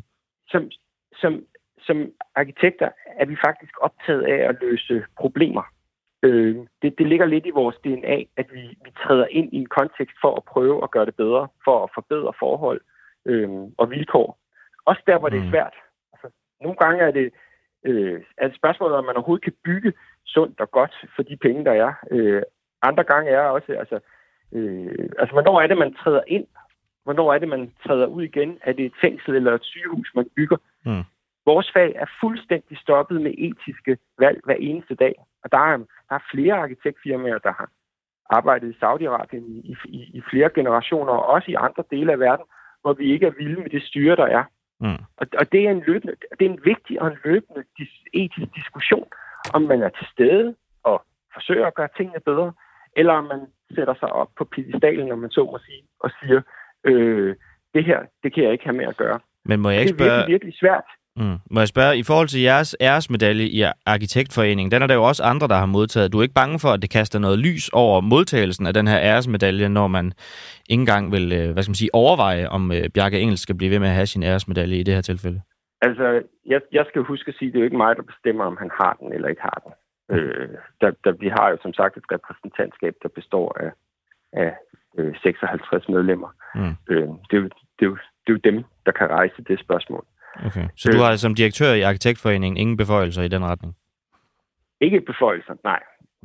Som arkitekter er vi faktisk optaget af at løse problemer. Det ligger lidt i vores DNA, at vi træder ind i en kontekst for at prøve at gøre det bedre, for at forbedre forhold og vilkår. Også der, hvor det er svært. Altså, nogle gange er det spørgsmålet, om man overhovedet kan bygge sundt og godt for de penge, der er. Andre gange er også, hvornår er det, man træder ind? Hvornår er det, man træder ud igen? Er det et fængsel eller et sygehus, man bygger? Vores fag er fuldstændig stoppet med etiske valg hver eneste dag. Og der er flere arkitektfirmaer, der har arbejdet i Saudi-Arabien i flere generationer, og også i andre dele af verden, hvor vi ikke er vilde med det styre, der er. Og det er en vigtig og en løbende etisk diskussion, om man er til stede og forsøger at gøre tingene bedre, eller om man sætter sig op på piedestalen, når man så må sige, og siger, det her, det kan jeg ikke have med at gøre. Men må jeg ikke spørge... Det er virkelig svært. Må jeg spørge, i forhold til jeres æresmedalje i Arkitektforeningen, den er der jo også andre, der har modtaget. Du er ikke bange for, at det kaster noget lys over modtagelsen af den her æresmedalje, når man ikke engang vil, overveje, om Bjarke Engel skal blive ved med at have sin æresmedalje i det her tilfælde? Altså, jeg skal huske at sige, at det er jo ikke mig, der bestemmer, om han har den eller ikke har den. Vi har jo som sagt et repræsentantskab, der består af 56 medlemmer. Det er jo dem, der kan rejse det spørgsmål. Okay. Så du har som direktør i Arkitektforeningen ingen beføjelser i den retning? Ikke beføjelser, nej.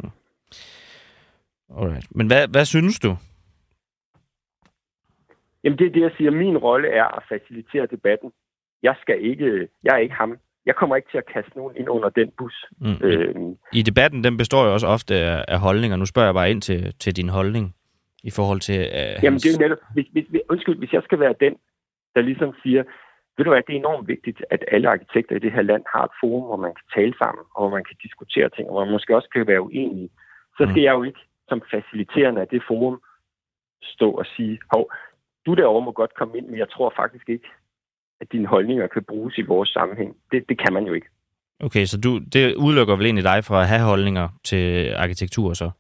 Alright. Men hvad synes du? Jamen det er det, jeg siger. Min rolle er at facilitere debatten. Jeg er ikke ham. Jeg kommer ikke til at kaste nogen ind under den bus. I debatten, den består jo også ofte af holdninger. Nu spørger jeg bare ind til din holdning i forhold til... Jamen det er jo netop... Hvis jeg skal være den, der ligesom siger... Ved du hvad, det er enormt vigtigt, at alle arkitekter i det her land har et forum, hvor man kan tale sammen, og hvor man kan diskutere ting, og hvor man måske også kan være uenige. Så skal jeg jo ikke som faciliterende af det forum stå og sige, du derovre må godt komme ind, men jeg tror faktisk ikke, at dine holdninger kan bruges i vores sammenhæng. Det kan man jo ikke. Okay, så det udelukker vel egentlig dig fra at have holdninger til arkitektur så?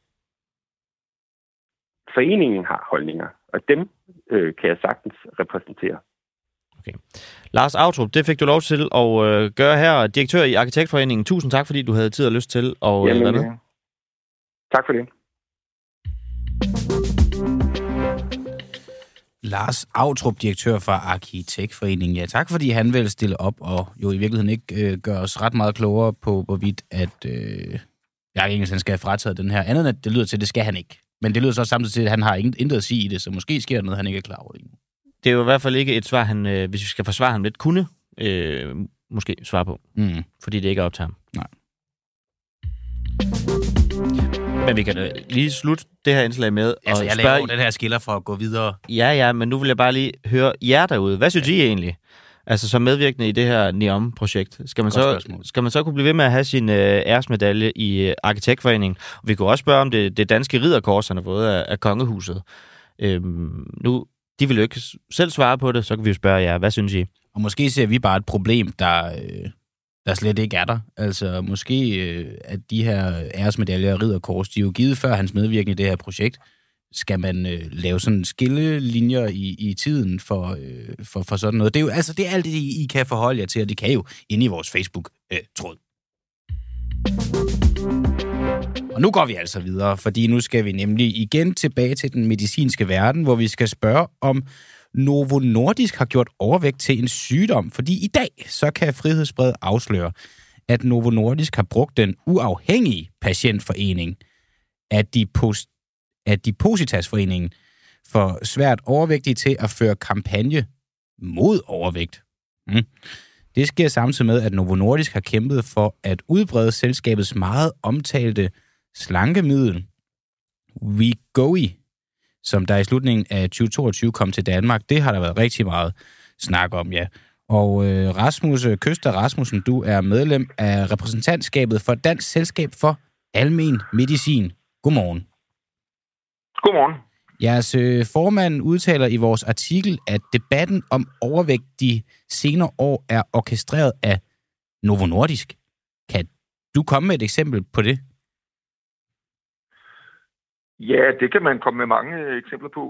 Foreningen har holdninger, og dem kan jeg sagtens repræsentere. Okay. Lars Outrup, det fik du lov til at gøre her. Direktør i Arkitektforeningen. Tusind tak, fordi du havde tid og lyst til at være med. Tak for det. Lars Outrup, direktør for Arkitektforeningen. Ja, tak fordi han vil stille op og jo i virkeligheden ikke gør os ret meget klogere på, hvorvidt at Bjarke Engel skal have frataget den her. Andet end det lyder til, det skal han ikke. Men det lyder så samtidig til, at han har intet at sige i det, så måske sker der noget, han ikke er klar over endnu. Det er jo i hvert fald ikke et svar, han, hvis vi skal forsvare ham lidt, kunne måske svare på. Fordi det ikke er op til ham. Nej. Men vi kan lige slutte det her indslag med altså, jeg laver den her skiller for at gå videre. Ja, men nu vil jeg bare lige høre jer derude. Hvad synes I egentlig? Altså som medvirkende i det her NEOM-projekt. Skal man så kunne blive ved med at have sin æresmedalje i Arkitektforeningen? Og vi kunne også spørge om det danske ridderkors, han har fået af kongehuset. Nu, de vil jo ikke selv svare på det, så kan vi jo spørge jer. Hvad synes I? Og måske ser vi bare et problem, der slet ikke er der. Altså måske at de her æresmedaljer og ridderkors, de er jo givet før hans medvirkning i det her projekt. Skal man lave sådan skillelinjer i tiden for sådan noget? Det er jo altså det er alt det, I kan forholde jer til, og det kan jo inde i vores Facebook-tråd. Og nu går vi altså videre, fordi nu skal vi nemlig igen tilbage til den medicinske verden, hvor vi skal spørge om Novo Nordisk har gjort overvægt til en sygdom, fordi i dag så kan Frihedsbrevet afsløre, at Novo Nordisk har brugt den uafhængige patientforening af Depositasforeningen for svært overvægtige til at føre kampagne mod overvægt. Det sker samtidig med, at Novo Nordisk har kæmpet for at udbrede selskabets meget omtalte slankemiddel Wegovy, som der i slutningen af 2022 kom til Danmark. Det har der været rigtig meget snak om, ja. Og Rasmus Køster Rasmussen, du er medlem af repræsentantskabet for Dansk Selskab for Almen Medicin. Godmorgen. Godmorgen. Jeres formand udtaler i vores artikel, at debatten om overvægt de senere år er orkestreret af Novo Nordisk. Kan du komme med et eksempel på det? Ja, det kan man komme med mange eksempler på.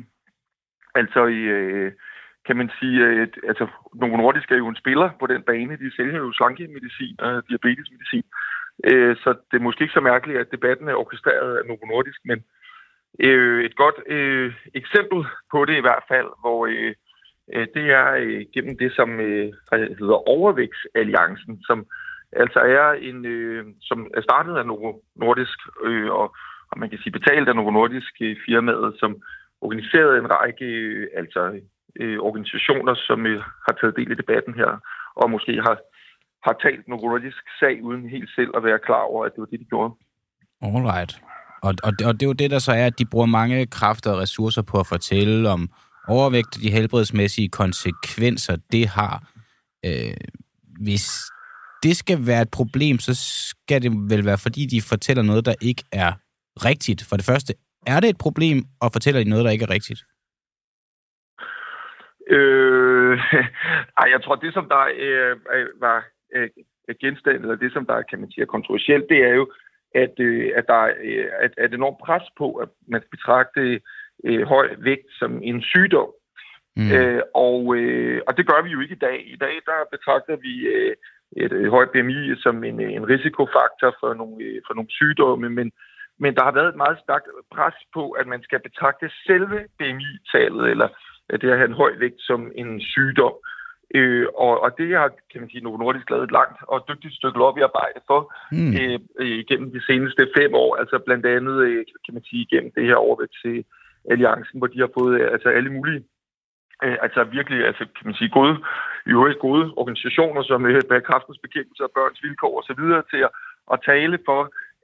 Kan man sige, at Novo Nordisk er jo en spiller på den bane. De sælger jo slankemedicin og diabetesmedicin. Så det er måske ikke så mærkeligt, at debatten er orkestreret af Novo Nordisk, men et godt eksempel på det i hvert fald, hvor det er gennem det, som hedder Overvægtsalliancen, som altså er som er startet af Novo Nordisk, og man kan sige betalt af Novo Nordisk firmaet, som organiserede en række organisationer, som har taget del i debatten her, og måske har talt Novo Nordisk sag uden helt selv at være klar over, at det var det, de gjorde. Alright. Og det er jo det, der så er, at de bruger mange kræfter og ressourcer på at fortælle om overvægt og de helbredsmæssige konsekvenser, det har. Hvis det skal være et problem, så skal det vel være, fordi de fortæller noget, der ikke er rigtigt. For det første, er det et problem, og fortæller de noget, der ikke er rigtigt? Jeg tror, det som der var genstand, eller det som der kan man sige er kontroversielt, det er jo, at der er et enormt pres på, at man betragter høj vægt som en sygdom. Og det gør vi jo ikke i dag. I dag der betragter vi et højt BMI som en risikofaktor for nogle sygdomme, men der har været et meget stærkt pres på, at man skal betragte selve BMI-tallet, eller det at have en høj vægt som en sygdom. Og det har, kan man sige, Novo Nordisk lavet et langt og dygtigt stykke lobbyarbejde for gennem de seneste 5 år. Altså blandt andet, kan man sige, gennem det her overvægtsalliancen, hvor de har fået alle mulige, virkelig, kan man sige, gode organisationer, som Kræftens Bekæmpelse og Børns Vilkår og så videre til at tale for,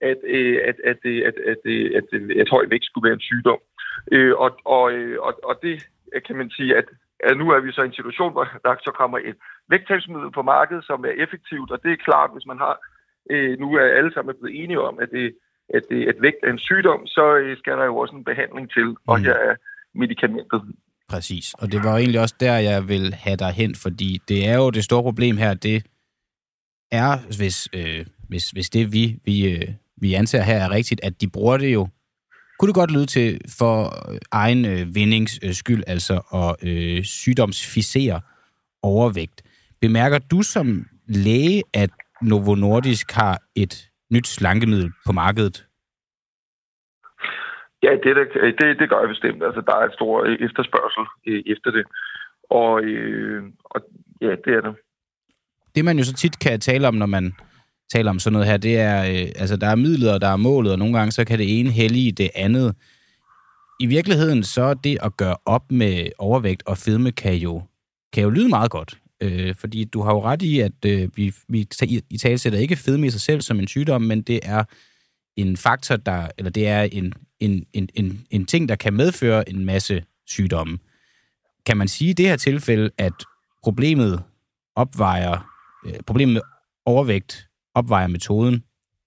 at høj vægt skulle være en sygdom. Og det kan man sige, at nu er vi så i en situation, hvor der så kommer et vægttabsmiddel på markedet, som er effektivt, og det er klart, hvis man har, nu er alle sammen blevet enige om, at vægt er en sygdom, så skal der jo også en behandling til, og her er medikamentet. Præcis, og det var jo egentlig også der, jeg vil have dig hen, fordi det er jo det store problem her, det er, hvis det vi anser her er rigtigt, at de bruger det jo, kunne det godt lyde til for egen vindings skyld, altså at sygdomsficere overvægt. Bemærker du som læge, at Novo Nordisk har et nyt slankemiddel på markedet? Ja, det gør jeg bestemt. Altså, der er et stor efterspørgsel efter det. Og ja, det er det. Det man jo så tit kan tale om, når man taler om sådan noget her, det er, der er midlet, og der er målet, og nogle gange så kan det ene hellige det andet. I virkeligheden så er det at gøre op med overvægt og fedme kan jo lyde meget godt. Fordi du har jo ret i, at vi i talesætter ikke fedme i sig selv som en sygdom, men det er en faktor, det er en ting, der kan medføre en masse sygdomme. Kan man sige i det her tilfælde, at problemet med overvægt opvejer metoden?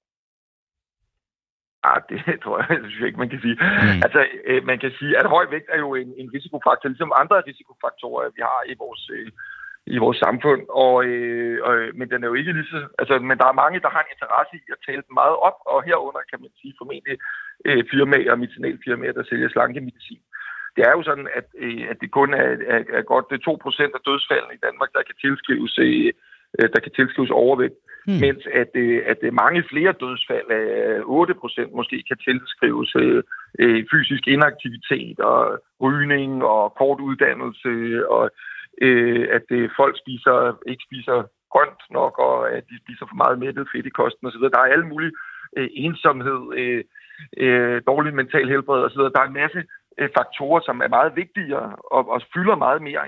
Det tror jeg synes jeg ikke, man kan sige. Altså, man kan sige, at høj vægt er jo en risikofaktor, ligesom andre risikofaktorer, vi har i vores samfund. Men den er jo ikke lige så... Altså, men der er mange, der har en interesse i at tale den meget op, og herunder kan man sige formentlig firmaer, medicinalfirmaer, der sælger slankemedicin. Det er jo sådan, at det kun er godt 2% af dødsfaldene i Danmark, der kan tilskrives overvægt. Mens at mange flere dødsfald, 8% måske, kan tilskrives fysisk inaktivitet og rygning og kort uddannelse, og at folk ikke spiser grønt nok, og at de spiser for meget mættet fedt i kosten osv. Der er alle mulige ensomhed, dårlig mental helbred osv. Der er en masse faktorer, som er meget vigtigere og fylder meget mere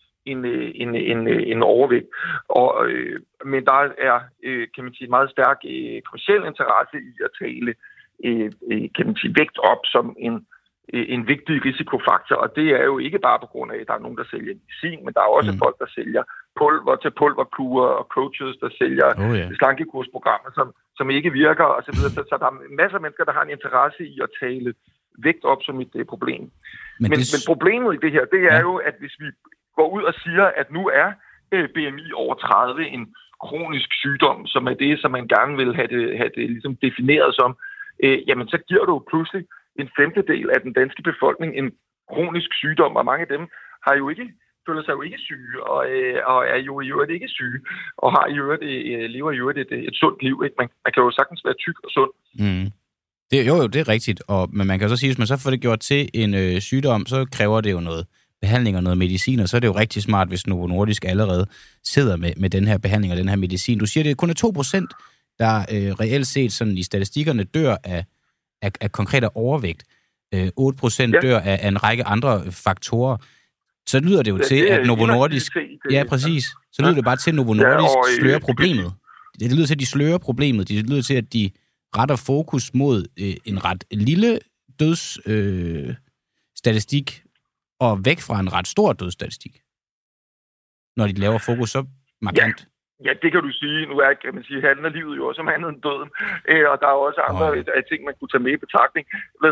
en overvægt. Men der er, kan man sige, meget stærk kommerciel interesse i at tale, kan man sige, vægt op som en vigtig risikofaktor, og det er jo ikke bare på grund af, at der er nogen, der sælger medicin, men der er også folk, der sælger pulver til pulverkurer og coaches, der sælger slankekursprogrammer, som ikke virker osv. Så der er masser af mennesker, der har en interesse i at tale vægt op som et problem. Men problemet i det her, det er jo, at hvis vi går ud og siger, at nu er BMI over 30 en kronisk sygdom, som er det, som man gerne vil have det ligesom defineret som, jamen så giver du pludselig en femtedel af den danske befolkning en kronisk sygdom, og mange af dem har jo ikke, føler sig jo ikke syge, og er jo i øvrigt ikke syge, og har i øvrigt, lever i øvrigt et sundt liv. Ikke? Man kan jo sagtens være tyk og sund. Det er rigtigt, men man kan så sige, hvis man så får det gjort til en sygdom, så kræver det jo noget behandling og noget medicin, og så er det jo rigtig smart, hvis Novo Nordisk allerede sidder med den her behandling og den her medicin. Du siger, det er kun 2%, der reelt set sådan i statistikkerne dør af konkret overvægt. 8% dør af en række andre faktorer. Så lyder det jo til, at Novo Nordisk... Ja, præcis. Så lyder det bare til, at Novo Nordisk slører problemet. Det lyder til, at de slører problemet. Det lyder til, at de retter fokus mod en ret lille dødsstatistik og væk fra en ret stor dødsstatistik, når de laver fokus så markant. Ja, det kan du sige. Nu kan man sige, handler livet jo også om andet end døden. Og der er også andre ting, man kunne tage med i betragtning.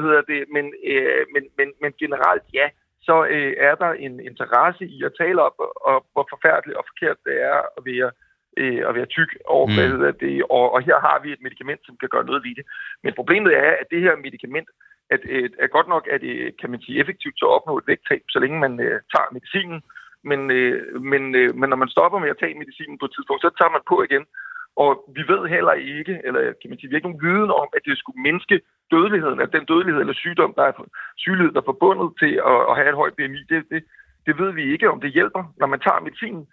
Men generelt, ja, så er der en interesse i at tale op, og hvor forfærdeligt og forkert det er at være tyk overfladet. Og her har vi et medicament, som kan gøre noget ved det. Men problemet er, at det her medicament er godt nok, at det, kan man sige, effektivt til at opnå et vægttab, så længe man tager medicinen. Men når man stopper med at tage medicinen på et tidspunkt, så tager man på igen. Og vi ved heller ikke, eller kan man sige, vi har ikke nogen viden om, at det skulle mindske dødeligheden, at den dødelighed eller sygdom, der er sygelighed, der er forbundet til at have et højt BMI, det ved vi ikke, om det hjælper, når man tager medicinen.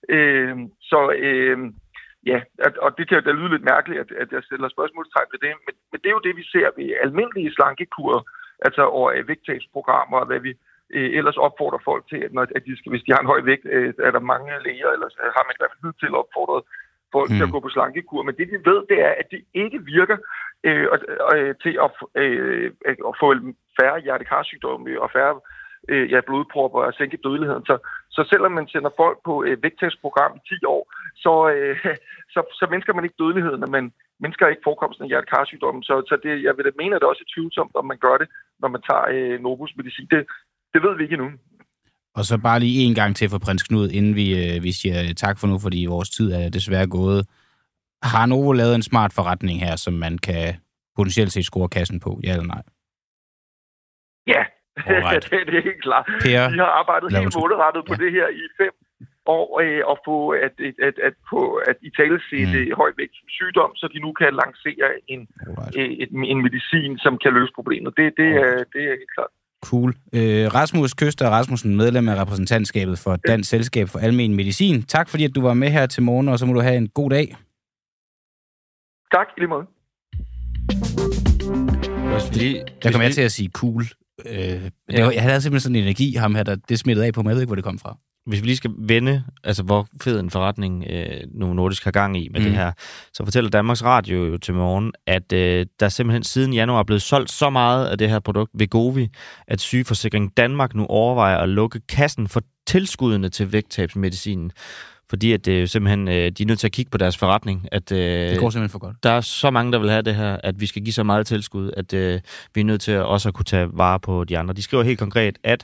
Og det kan da lyde lidt mærkeligt, at jeg stiller spørgsmålstegn ved det, men det er jo det, vi ser ved almindelige slankekurer, altså over vægttabsprogrammer, og hvad vi ellers opfordrer folk til, at de skal, hvis de har en høj vægt, er der mange læger, eller har man i hvert fald til opfordret folk til at gå på slankekur. Men det vi ved, det er, at det ikke virker til at få færre hjertekarsygdomme og færre blodpropper og sænke dødeligheden. Så selvom man sender folk på vægttabsprogram i 10 år, så mindsker man ikke dødeligheden, men mindsker ikke forekomsten af hjertekarsygdomme. Så det, jeg vil da mene, at det også er tvivlsomt, om man gør det, når man tager Novos medicin. Det ved vi ikke endnu. Og så bare lige en gang til for prins Knud, inden vi siger tak for nu, fordi vores tid er desværre gået. Har Novo lavet en smart forretning her, som man kan potentielt set score kassen på? Ja eller nej? Ja, det er helt klart. Vi har arbejdet helt målrettet på det her i 5 år, og få at italesætte højvægt sygdom, så de nu kan lancere en medicin, som kan løse problemet. Det er helt klart. Cool. Rasmus Køster Rasmussen, medlem af repræsentantskabet for Dansk Selskab for Almen Medicin. Tak fordi, at du var med her til morgen, og så må du have en god dag. Tak, i lige måde. Jeg kom til at sige cool. Jeg havde simpelthen sådan en energi, ham her, det smittede af på mig. Jeg ved ikke, hvor det kom fra. hvis vi lige skal vende, altså hvor fed en forretning Novo Nordisk har gang i med det her, så fortæller Danmarks Radio jo til morgen, at der simpelthen siden januar er blevet solgt så meget af det her produkt, Wegovy, at Sygeforsikring Danmark nu overvejer at lukke kassen for tilskuddene til vægttabsmedicinen. Fordi at det simpelthen, de er nødt til at kigge på deres forretning. At, det går simpelthen for godt. Der er så mange, der vil have det her, at vi skal give så meget tilskud, at vi er nødt til at også at kunne tage vare på de andre. De skriver helt konkret, at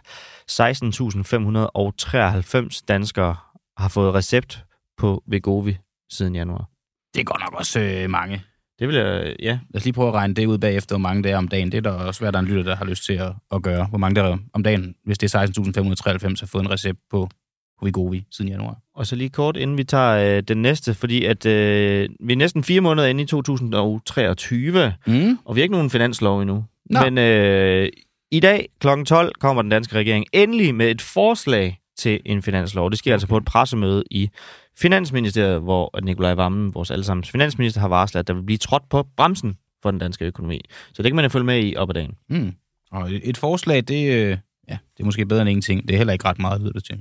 16.593 danskere har fået recept på Wegovy siden januar. Det er godt nok også mange. Det vil jeg, ja. Lad os lige prøve at regne det ud bagefter, hvor mange dage om dagen. Det er der også, hvad der er en lytter, der har lyst til at gøre. Hvor mange dage om dagen, hvis det er 16.593, har fået en recept på Wegovy siden januar. Og så lige kort, inden vi tager den næste, fordi at vi er næsten 4 måneder inde i 2023, og vi har ikke nogen finanslov endnu. Nå. Men i dag kl. 12 kommer den danske regering endelig med et forslag til en finanslov. Det sker altså på et pressemøde i Finansministeriet, hvor Nikolaj Wammen, vores allesammens finansminister, har varslet, at der vil blive trådt på bremsen for den danske økonomi. Så det kan man jo følge med i op ad dagen. Og et forslag, det er måske bedre end ingenting. Det er heller ikke ret meget, lyder det til.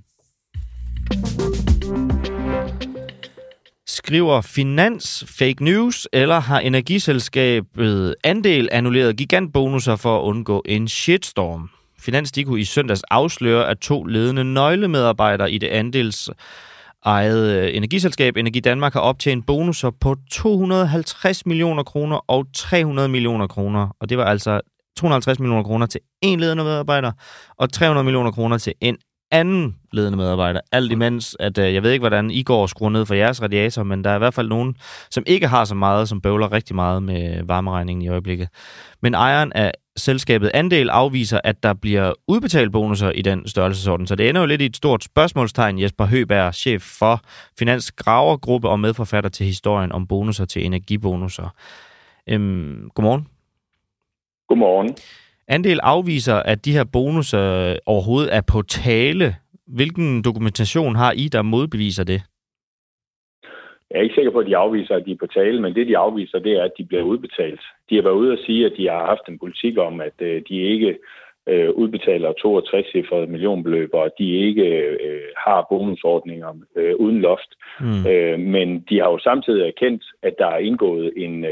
Skriver Finans fake news, eller har energiselskabet Andel annulleret gigantbonusser for at undgå en shitstorm? Finans de kunne i søndags afsløre, at 2 ledende nøglemedarbejdere i det andelsejede energiselskab Energi Danmark har optjent bonusser på 250 millioner kroner og 300 millioner kroner. Og det var altså 250 millioner kroner til en ledende medarbejder, og 300 millioner kroner til en anden ledende medarbejder. Alt imens, at jeg ved ikke, hvordan I går og skruer ned for jeres radiator, men der er i hvert fald nogen, som ikke har så meget, som bøvler rigtig meget med varmeregningen i øjeblikket. Men ejeren af selskabet Andel afviser, at der bliver udbetalt bonusser i den størrelsesorden. Så det ender jo lidt i et stort spørgsmålstegn. Jesper Høgberg, chef for Finans Gravergruppe og medforfatter til historien om bonusser til energibonusser. Godmorgen. Godmorgen. Andel afviser, at de her bonusser overhovedet er på tale. Hvilken dokumentation har I, der modbeviser det? Jeg er ikke sikker på, at de afviser, at de er på tale, men det, de afviser, det er, at de bliver udbetalt. De har været ude at sige, at de har haft en politik om, at de ikke udbetaler 62-cifrede millionbeløb, og at de ikke har bonusordninger uden loft. Men de har jo samtidig erkendt, at der er indgået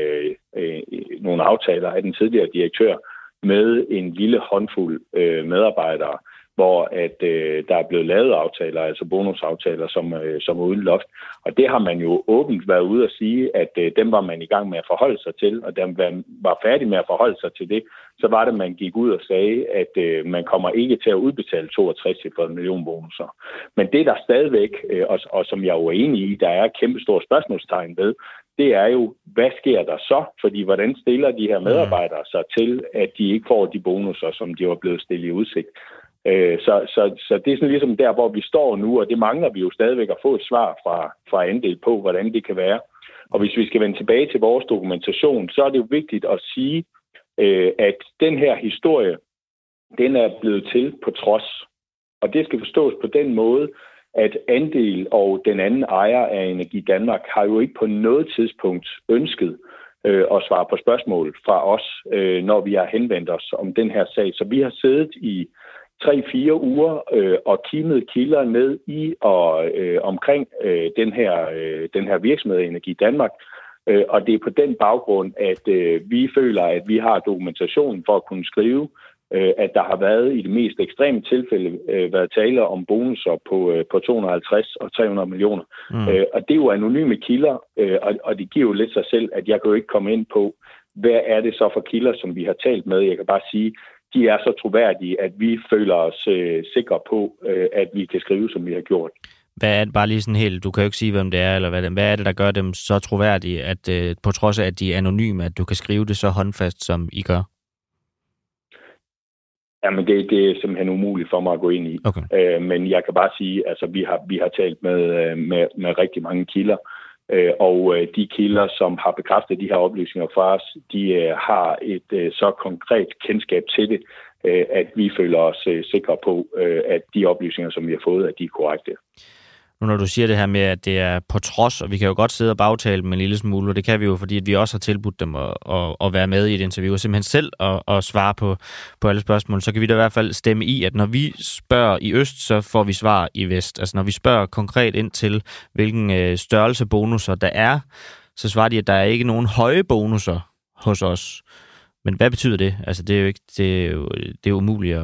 nogle aftaler af den tidligere direktør med en lille håndfuld medarbejdere, hvor at der er blevet lavet aftaler, altså bonusaftaler, som er uden loft. Og det har man jo åbent været ude at sige, at dem var man i gang med at forholde sig til, og da man var færdig med at forholde sig til det, så var det, man gik ud og sagde, at man kommer ikke til at udbetale 62 millioner bonusser. Men det, der stadigvæk, og som jeg er uenig i, der er kæmpe store spørgsmålstegn ved, det er jo, hvad sker der så? Fordi hvordan stiller de her medarbejdere sig til, at de ikke får de bonusser, som de var blevet stillet i udsigt? Så det er sådan ligesom der, hvor vi står nu, og det mangler vi jo stadigvæk at få et svar fra Andel på, hvordan det kan være. Og hvis vi skal vende tilbage til vores dokumentation, så er det jo vigtigt at sige, at den her historie, den er blevet til på trods. Og det skal forstås på den måde, at Andel og den anden ejer af Energi Danmark har jo ikke på noget tidspunkt ønsket at svare på spørgsmål fra os, når vi har henvendt os om den her sag. Så vi har siddet i 3-4 uger og kimet kilder ned i og omkring den her virksomhed Energi Danmark. Og det er på den baggrund, at vi føler, at vi har dokumentationen for at kunne skrive, at der har været i det mest ekstreme tilfælde været tale om bonusser på 250 og 300 millioner. Og det er jo anonyme kilder, og det giver jo lidt sig selv, at jeg kan jo ikke komme ind på, hvad er det så for kilder, som vi har talt med. Jeg kan bare sige, de er så troværdige, at vi føler os sikre på, at vi kan skrive, som vi har gjort. Hvad er det bare lige sådan helt, du kan jo ikke sige, hvem det er, eller hvad er det, der gør dem så troværdige, at på trods af, at de er anonyme, at du kan skrive det så håndfast, som I gør? Jamen, det er simpelthen umuligt for mig at gå ind i. Okay. Men jeg kan bare sige, altså vi har talt med rigtig mange kilder, og de kilder, som har bekræftet de her oplysninger fra os, de har et så konkret kendskab til det, at vi føler os sikre på, at de oplysninger, som vi har fået, at de er korrekte. nu når du siger det her med, at det er på trods, og vi kan jo godt sidde og bagtale dem en lille smule, og det kan vi jo, fordi vi også har tilbudt dem at være med i et interview, og simpelthen selv at svare på alle spørgsmål, så kan vi da i hvert fald stemme i, at når vi spørger i øst, så får vi svar i vest. Altså når vi spørger konkret ind til, hvilken størrelse bonusser der er, så svarer de, at der er ikke nogen høje bonusser hos os. Men hvad betyder det? Altså det er jo ikke, det er umuligt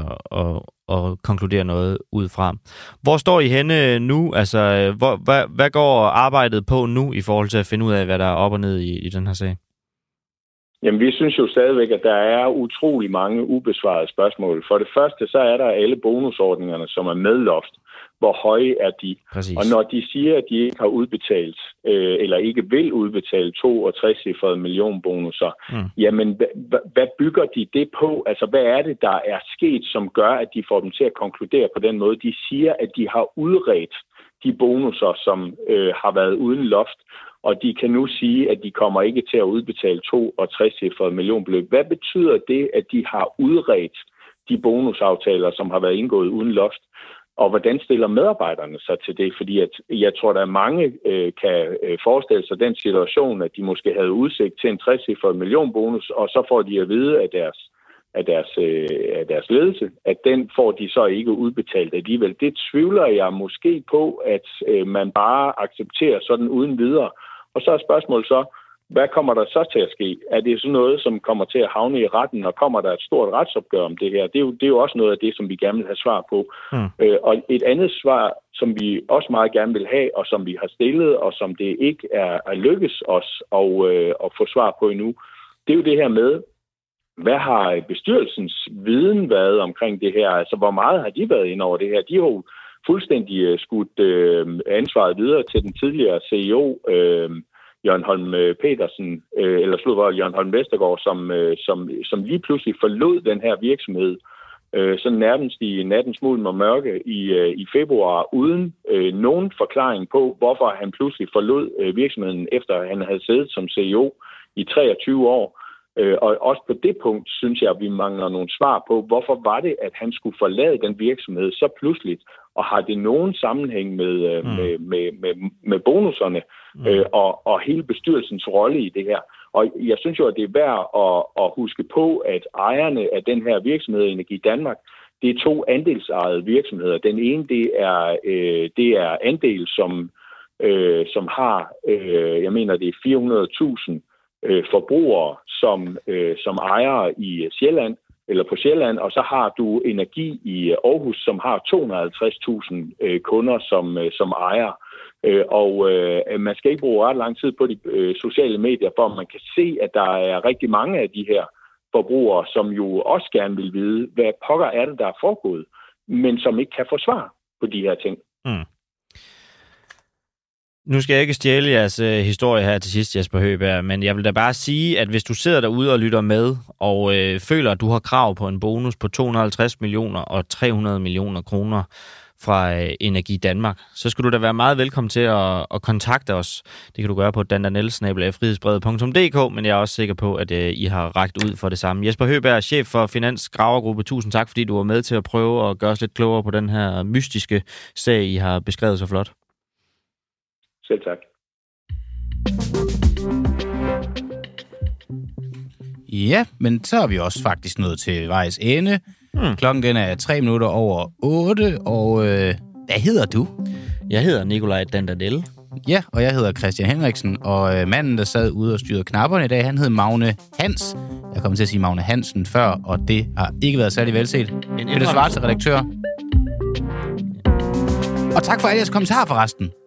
at konkludere noget ud fra. Hvor står I henne nu? Altså hvad går arbejdet på nu i forhold til at finde ud af, hvad der er op og ned i den her sag? Jamen, vi synes jo stadigvæk, at der er utrolig mange ubesvarede spørgsmål. For det første, så er der alle bonusordningerne, som er med loft. Hvor høje er de? Præcis. Og når de siger, at de ikke har udbetalt, eller ikke vil udbetale 62-cifrede millionbonusser, jamen, hvad bygger de det på? Altså, hvad er det, der er sket, som gør, at de får dem til at konkludere på den måde? De siger, at de har udredt de bonusser, som har været uden loft, og de kan nu sige, at de kommer ikke til at udbetale 62-cifrede millionbeløb. Hvad betyder det, at de har udredt de bonusaftaler, som har været indgået uden loft? Og hvordan stiller medarbejderne sig til det? Fordi jeg tror, at mange kan forestille sig den situation, at de måske havde udsigt til en 60-cifret millionbonus, og så får de at vide af deres ledelse, at den får de så ikke udbetalt alligevel. Det tvivler jeg måske på, at man bare accepterer sådan uden videre. Og så er spørgsmålet så, hvad kommer der så til at ske? Er det sådan noget, som kommer til at havne i retten, og kommer der et stort retsopgør om det her? Det er jo også noget af det, som vi gerne vil have svar på. Og et andet svar, som vi også meget gerne vil have, og som vi har stillet, og som det ikke er lykkes os at få svar på endnu, det er jo det her med, hvad har bestyrelsens viden været omkring det her? Altså, hvor meget har de været inde over det her? De har jo fuldstændig skudt ansvaret videre til den tidligere CEO, Jørgen Holm Petersen, eller Jørgen Holm Vestergaard, som lige pludselig forlod den her virksomhed, sådan nærmest i nattens mulm og mørke i februar, uden nogen forklaring på, hvorfor han pludselig forlod virksomheden, efter han havde siddet som CEO i 23 år. Og også på det punkt, synes jeg, at vi mangler nogle svar på, hvorfor var det, at han skulle forlade den virksomhed så pludseligt, og har det nogen sammenhæng med bonuserne og hele bestyrelsens rolle i det her. Og jeg synes jo, at det er værd at huske på, at ejerne af den her virksomhed, Energi Danmark, det er 2 andelsejede virksomheder. Den ene, det er andel, som har, jeg mener, det er 400.000 forbrugere som ejere i Sjælland, eller på Sjælland, og så har du Energi i Aarhus, som har 250.000 kunder som ejer. Og man skal ikke bruge ret lang tid på de sociale medier, for man kan se, at der er rigtig mange af de her forbrugere, som jo også gerne vil vide, hvad pokker er det, der er foregået, men som ikke kan få svar på de her ting. Nu skal jeg ikke stjæle jeres historie her til sidst, Jesper Høgberg, men jeg vil da bare sige, at hvis du sidder derude og lytter med, og føler, at du har krav på en bonus på 250 millioner og 300 millioner kroner fra Energi Danmark, så skal du da være meget velkommen til at kontakte os. Det kan du gøre på dandanel@frihedsbrevet.dk, men jeg er også sikker på, at I har rakt ud for det samme. Jesper Høgberg, chef for Finans Gravergruppe. Tusind tak, fordi du var med til at prøve at gøre os lidt klogere på den her mystiske sag, I har beskrevet så flot. Selv tak. Ja, men så er vi også faktisk nået til vejs ende. Klokken den er 7:03, og hvad hedder du? Jeg hedder Nikolaj Dandanel. Ja, og jeg hedder Christian Henriksen, og manden, der sad ude og styrede knapperne i dag, han hed Magne Hans. Jeg kom til at sige Magne Hansen før, og det har ikke været særlig velset. Peter Schwarz, redaktør. Og tak for alle jeres kommentarer forresten.